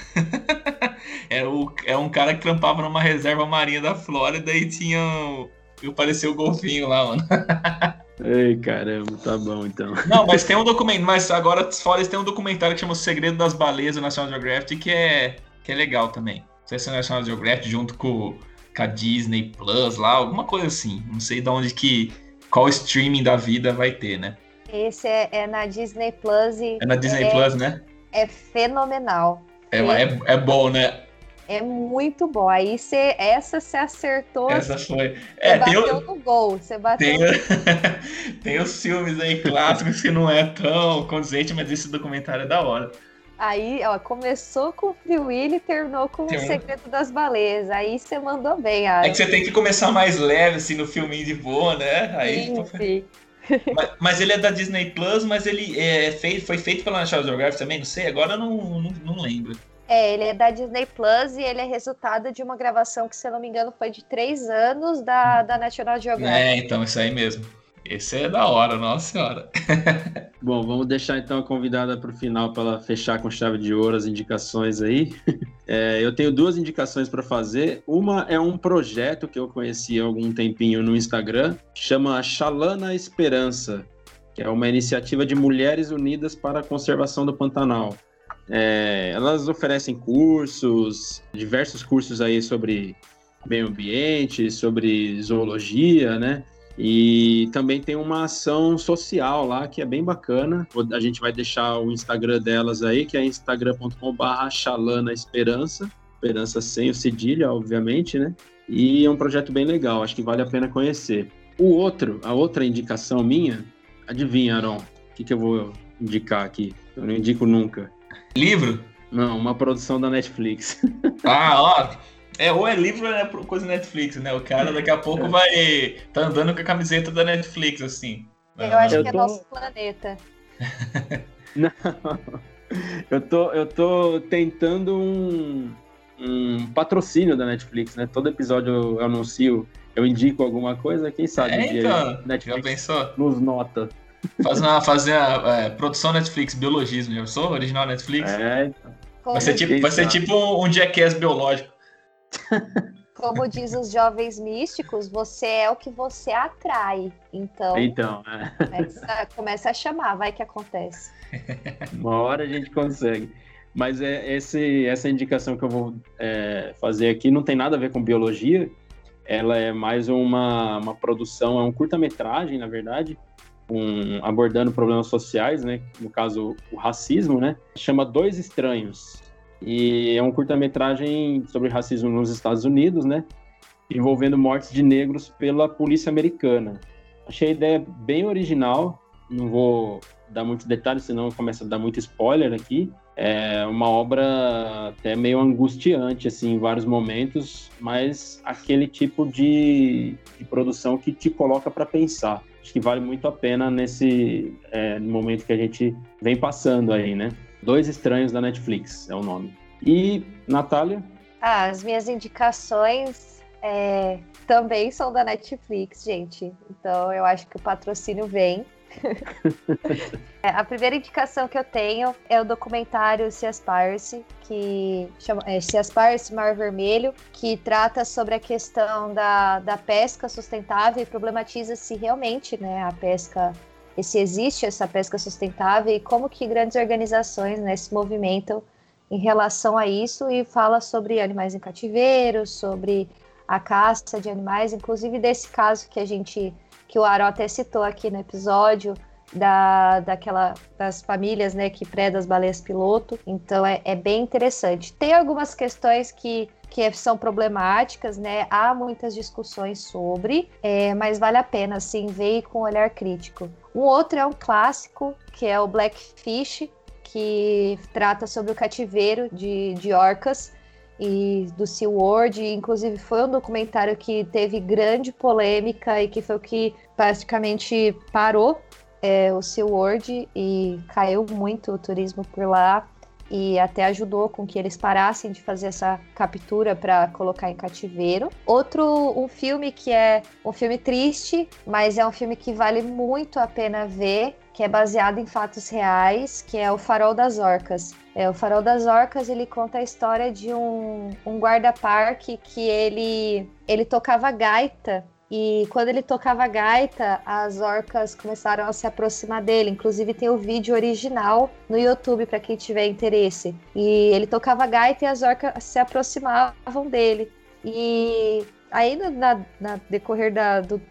Speaker 2: É um cara que trampava numa reserva marinha da Flórida e apareceu o golfinho lá, mano.
Speaker 1: Ei, caramba, tá bom então.
Speaker 2: Não, mas tem um documento, mas agora fora tem um documentário que chama O Segredo das Baleias do National Geographic que é legal também. Não sei se é o National Geographic junto com a Disney Plus lá, alguma coisa assim. Não sei de onde qual streaming da vida vai ter, né?
Speaker 4: Esse é na Disney Plus e
Speaker 2: é na Disney Plus, né?
Speaker 4: É fenomenal.
Speaker 2: É bom, né?
Speaker 4: É muito bom. Aí essa você acertou.
Speaker 2: Essa foi.
Speaker 4: Você bateu no gol. Você bateu
Speaker 2: tem os filmes aí clássicos que não é tão condizente, mas esse documentário é da hora.
Speaker 4: Aí, ó, começou com o Free Willy e terminou com O Segredo das Baleias. Aí você mandou bem, Aaron.
Speaker 2: É que você tem que começar mais leve, assim, no filminho de boa, né? Aí,
Speaker 4: sim.
Speaker 2: Mas ele é da Disney Plus, mas ele foi feito pela National Geographic também, não sei, agora eu não lembro.
Speaker 4: Ele é da Disney Plus e ele é resultado de uma gravação que, se eu não me engano, foi de 3 anos da National Geographic.
Speaker 2: Então, isso aí mesmo. Esse é da hora, nossa senhora.
Speaker 1: Bom, vamos deixar então a convidada para o final para ela fechar com chave de ouro as indicações aí. Eu tenho 2 indicações para fazer. Uma é um projeto que eu conheci há algum tempinho no Instagram, que chama Xalana Esperança, que é uma iniciativa de Mulheres Unidas para a Conservação do Pantanal. Elas oferecem cursos, diversos cursos aí sobre meio ambiente, sobre zoologia, né? E também tem uma ação social lá que é bem bacana. A gente vai deixar o Instagram delas aí, que é instagram.com/xalanaesperança, esperança sem o cedilha, obviamente, né? E é um projeto bem legal, acho que vale a pena conhecer. A outra indicação minha, adivinha, Aron, o que eu vou indicar aqui? Eu não indico nunca.
Speaker 2: Livro?
Speaker 1: Não, uma produção da Netflix.
Speaker 2: Ó, ou é livro ou é coisa Netflix, né? O cara daqui a pouco vai tá andando com a camiseta da Netflix, assim.
Speaker 4: Eu acho que é Nosso Planeta.
Speaker 1: Não, eu tô tentando um patrocínio da Netflix, né? Todo episódio eu anuncio, eu indico alguma coisa, quem sabe
Speaker 2: então,
Speaker 1: Netflix
Speaker 2: já pensou?
Speaker 1: nos nota.
Speaker 2: Fazer a produção Netflix, biologismo, já pensou? Original Netflix? Vai ser tipo um Jackass biológico.
Speaker 4: Como diz os jovens místicos, você é o que você atrai. Então começa a chamar, vai que acontece.
Speaker 1: Uma hora a gente consegue. Mas essa indicação que eu vou fazer aqui não tem nada a ver com biologia. Ela é mais uma produção, é um curta-metragem, na verdade, abordando problemas sociais, né? No caso, o racismo, né? Chama Dois Estranhos. E é um curta-metragem sobre racismo nos Estados Unidos, né? Envolvendo mortes de negros pela polícia americana. Achei a ideia bem original. Não vou dar muitos detalhes, senão começa a dar muito spoiler aqui. É uma obra até meio angustiante, assim, em vários momentos, mas aquele tipo de produção que te coloca para pensar. Acho que vale muito a pena nesse momento que a gente vem passando aí, né? Dois Estranhos da Netflix é o nome. E, Natália?
Speaker 4: As minhas indicações também são da Netflix, gente. Então, eu acho que o patrocínio vem. A primeira indicação que eu tenho é o documentário Seaspiracy, que chama Seaspiracy, Mar Vermelho, que trata sobre a questão da pesca sustentável e problematiza se realmente, né, a pesca, se existe essa pesca sustentável e como que grandes organizações, né, se movimentam em relação a isso, e fala sobre animais em cativeiro, sobre a caça de animais, inclusive desse caso que o Aaron até citou aqui no episódio, das famílias, né, que predam as baleias piloto. Então é bem interessante. Tem algumas questões que são problemáticas, né? Há muitas discussões sobre, mas vale a pena, assim, ver com um olhar crítico. Um outro é um clássico, que é o Blackfish, que trata sobre o cativeiro de orcas, e do SeaWorld, inclusive foi um documentário que teve grande polêmica e que foi o que praticamente parou o SeaWorld e caiu muito o turismo por lá e até ajudou com que eles parassem de fazer essa captura para colocar em cativeiro. Um filme que é um filme triste, mas é um filme que vale muito a pena ver, que é baseado em fatos reais, que é O Farol das Orcas. O Farol das Orcas, ele conta a história de um guarda-parque que ele tocava gaita. E quando ele tocava gaita, as orcas começaram a se aproximar dele. Inclusive tem o vídeo original no YouTube para quem tiver interesse. E ele tocava gaita e as orcas se aproximavam dele. E aí na decorrer do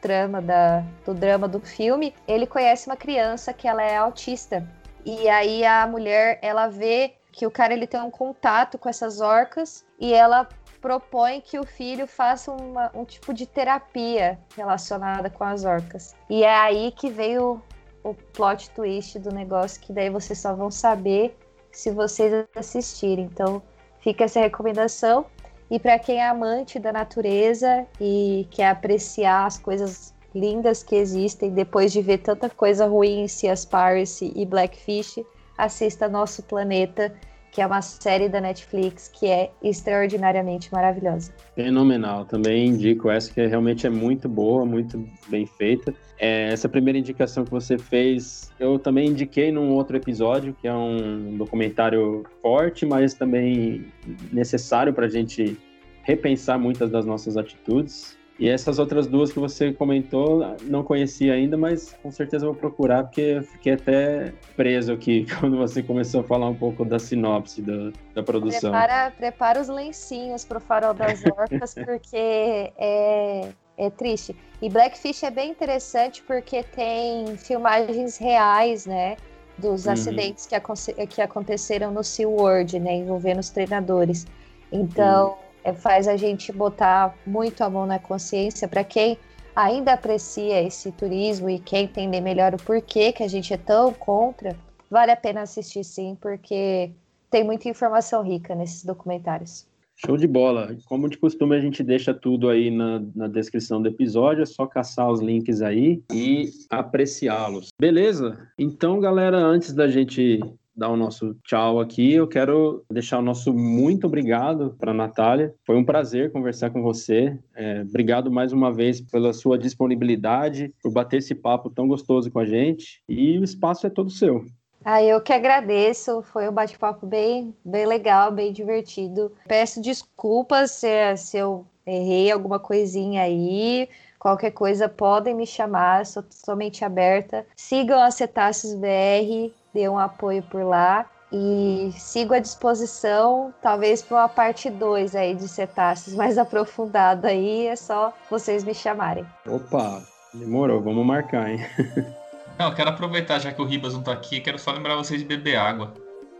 Speaker 4: drama do filme, ele conhece uma criança que ela é autista. E aí a mulher, ela vê que o cara ele tem um contato com essas orcas e ela propõe que o filho faça um tipo de terapia relacionada com as orcas. E é aí que veio o plot twist do negócio, que daí vocês só vão saber se vocês assistirem. Então, fica essa recomendação. E para quem é amante da natureza e quer apreciar as coisas lindas que existem, depois de ver tanta coisa ruim em Seaspiracy e Blackfish, assista Nosso Planeta, que é uma série da Netflix que é extraordinariamente maravilhosa.
Speaker 1: Fenomenal, também indico essa, que realmente é muito boa, muito bem feita. Essa primeira indicação que você fez, eu também indiquei num outro episódio, que é um documentário forte, mas também necessário para a gente repensar muitas das nossas atitudes. E essas outras duas que você comentou, não conhecia ainda, mas com certeza vou procurar, porque eu fiquei até preso aqui quando você começou a falar um pouco da sinopse da produção.
Speaker 4: Prepara os lencinhos pro Farol das Orcas, porque é triste. E Blackfish é bem interessante porque tem filmagens reais, né, dos acidentes que aconteceram no SeaWorld, né, envolvendo os treinadores. Então, faz a gente botar muito a mão na consciência para quem ainda aprecia esse turismo e quer entender melhor o porquê que a gente é tão contra, vale a pena assistir sim, porque tem muita informação rica nesses documentários.
Speaker 1: Show de bola! Como de costume, a gente deixa tudo aí na descrição do episódio, é só caçar os links aí e apreciá-los. Beleza? Então, galera, antes da gente dar o nosso tchau aqui, eu quero deixar o nosso muito obrigado para a Natália. Foi um prazer conversar com você. Obrigado mais uma vez pela sua disponibilidade, por bater esse papo tão gostoso com a gente. E o espaço é todo seu.
Speaker 4: Eu que agradeço. Foi um bate-papo bem legal, bem divertido. Peço desculpas se eu errei alguma coisinha aí. Qualquer coisa, podem me chamar, sou totalmente aberta. Sigam a Cetáceos BR, dê um apoio por lá e sigo à disposição, talvez para uma parte 2 aí de cetáceos mais aprofundada aí, é só vocês me chamarem.
Speaker 1: Opa, demorou, vamos marcar, hein?
Speaker 2: Não, eu quero aproveitar, já que o Ribas não tá aqui, quero só lembrar vocês de beber água.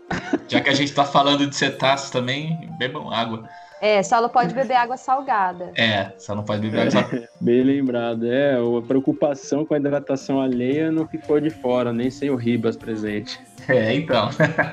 Speaker 2: Já que a gente tá falando de cetáceos também, bebam água.
Speaker 4: Só não pode beber água salgada.
Speaker 2: Só não pode beber água salgada.
Speaker 1: Bem lembrado, a preocupação com a hidratação alheia não ficou de fora, nem sem o Ribas presente.
Speaker 2: Então.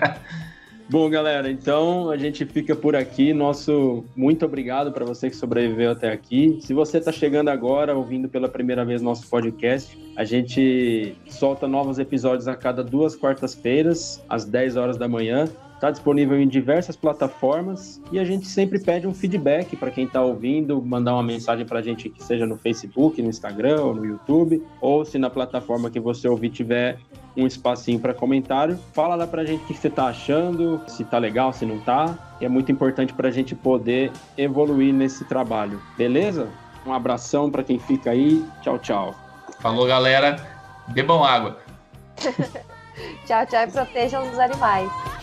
Speaker 1: Bom, galera, então a gente fica por aqui. Nosso muito obrigado para você que sobreviveu até aqui. Se você está chegando agora, ouvindo pela primeira vez nosso podcast, a gente solta novos episódios a cada 2 quartas-feiras, às 10 horas da manhã. Está disponível em diversas plataformas e a gente sempre pede um feedback para quem está ouvindo, mandar uma mensagem para a gente, que seja no Facebook, no Instagram ou no YouTube, ou se na plataforma que você ouvir tiver um espacinho para comentário, fala lá para a gente o que você está achando, se está legal, se não está. É muito importante para a gente poder evoluir nesse trabalho, beleza? Um abração para quem fica aí, tchau, tchau.
Speaker 2: Falou, galera, bebam água.
Speaker 4: Tchau, tchau e protejam os animais.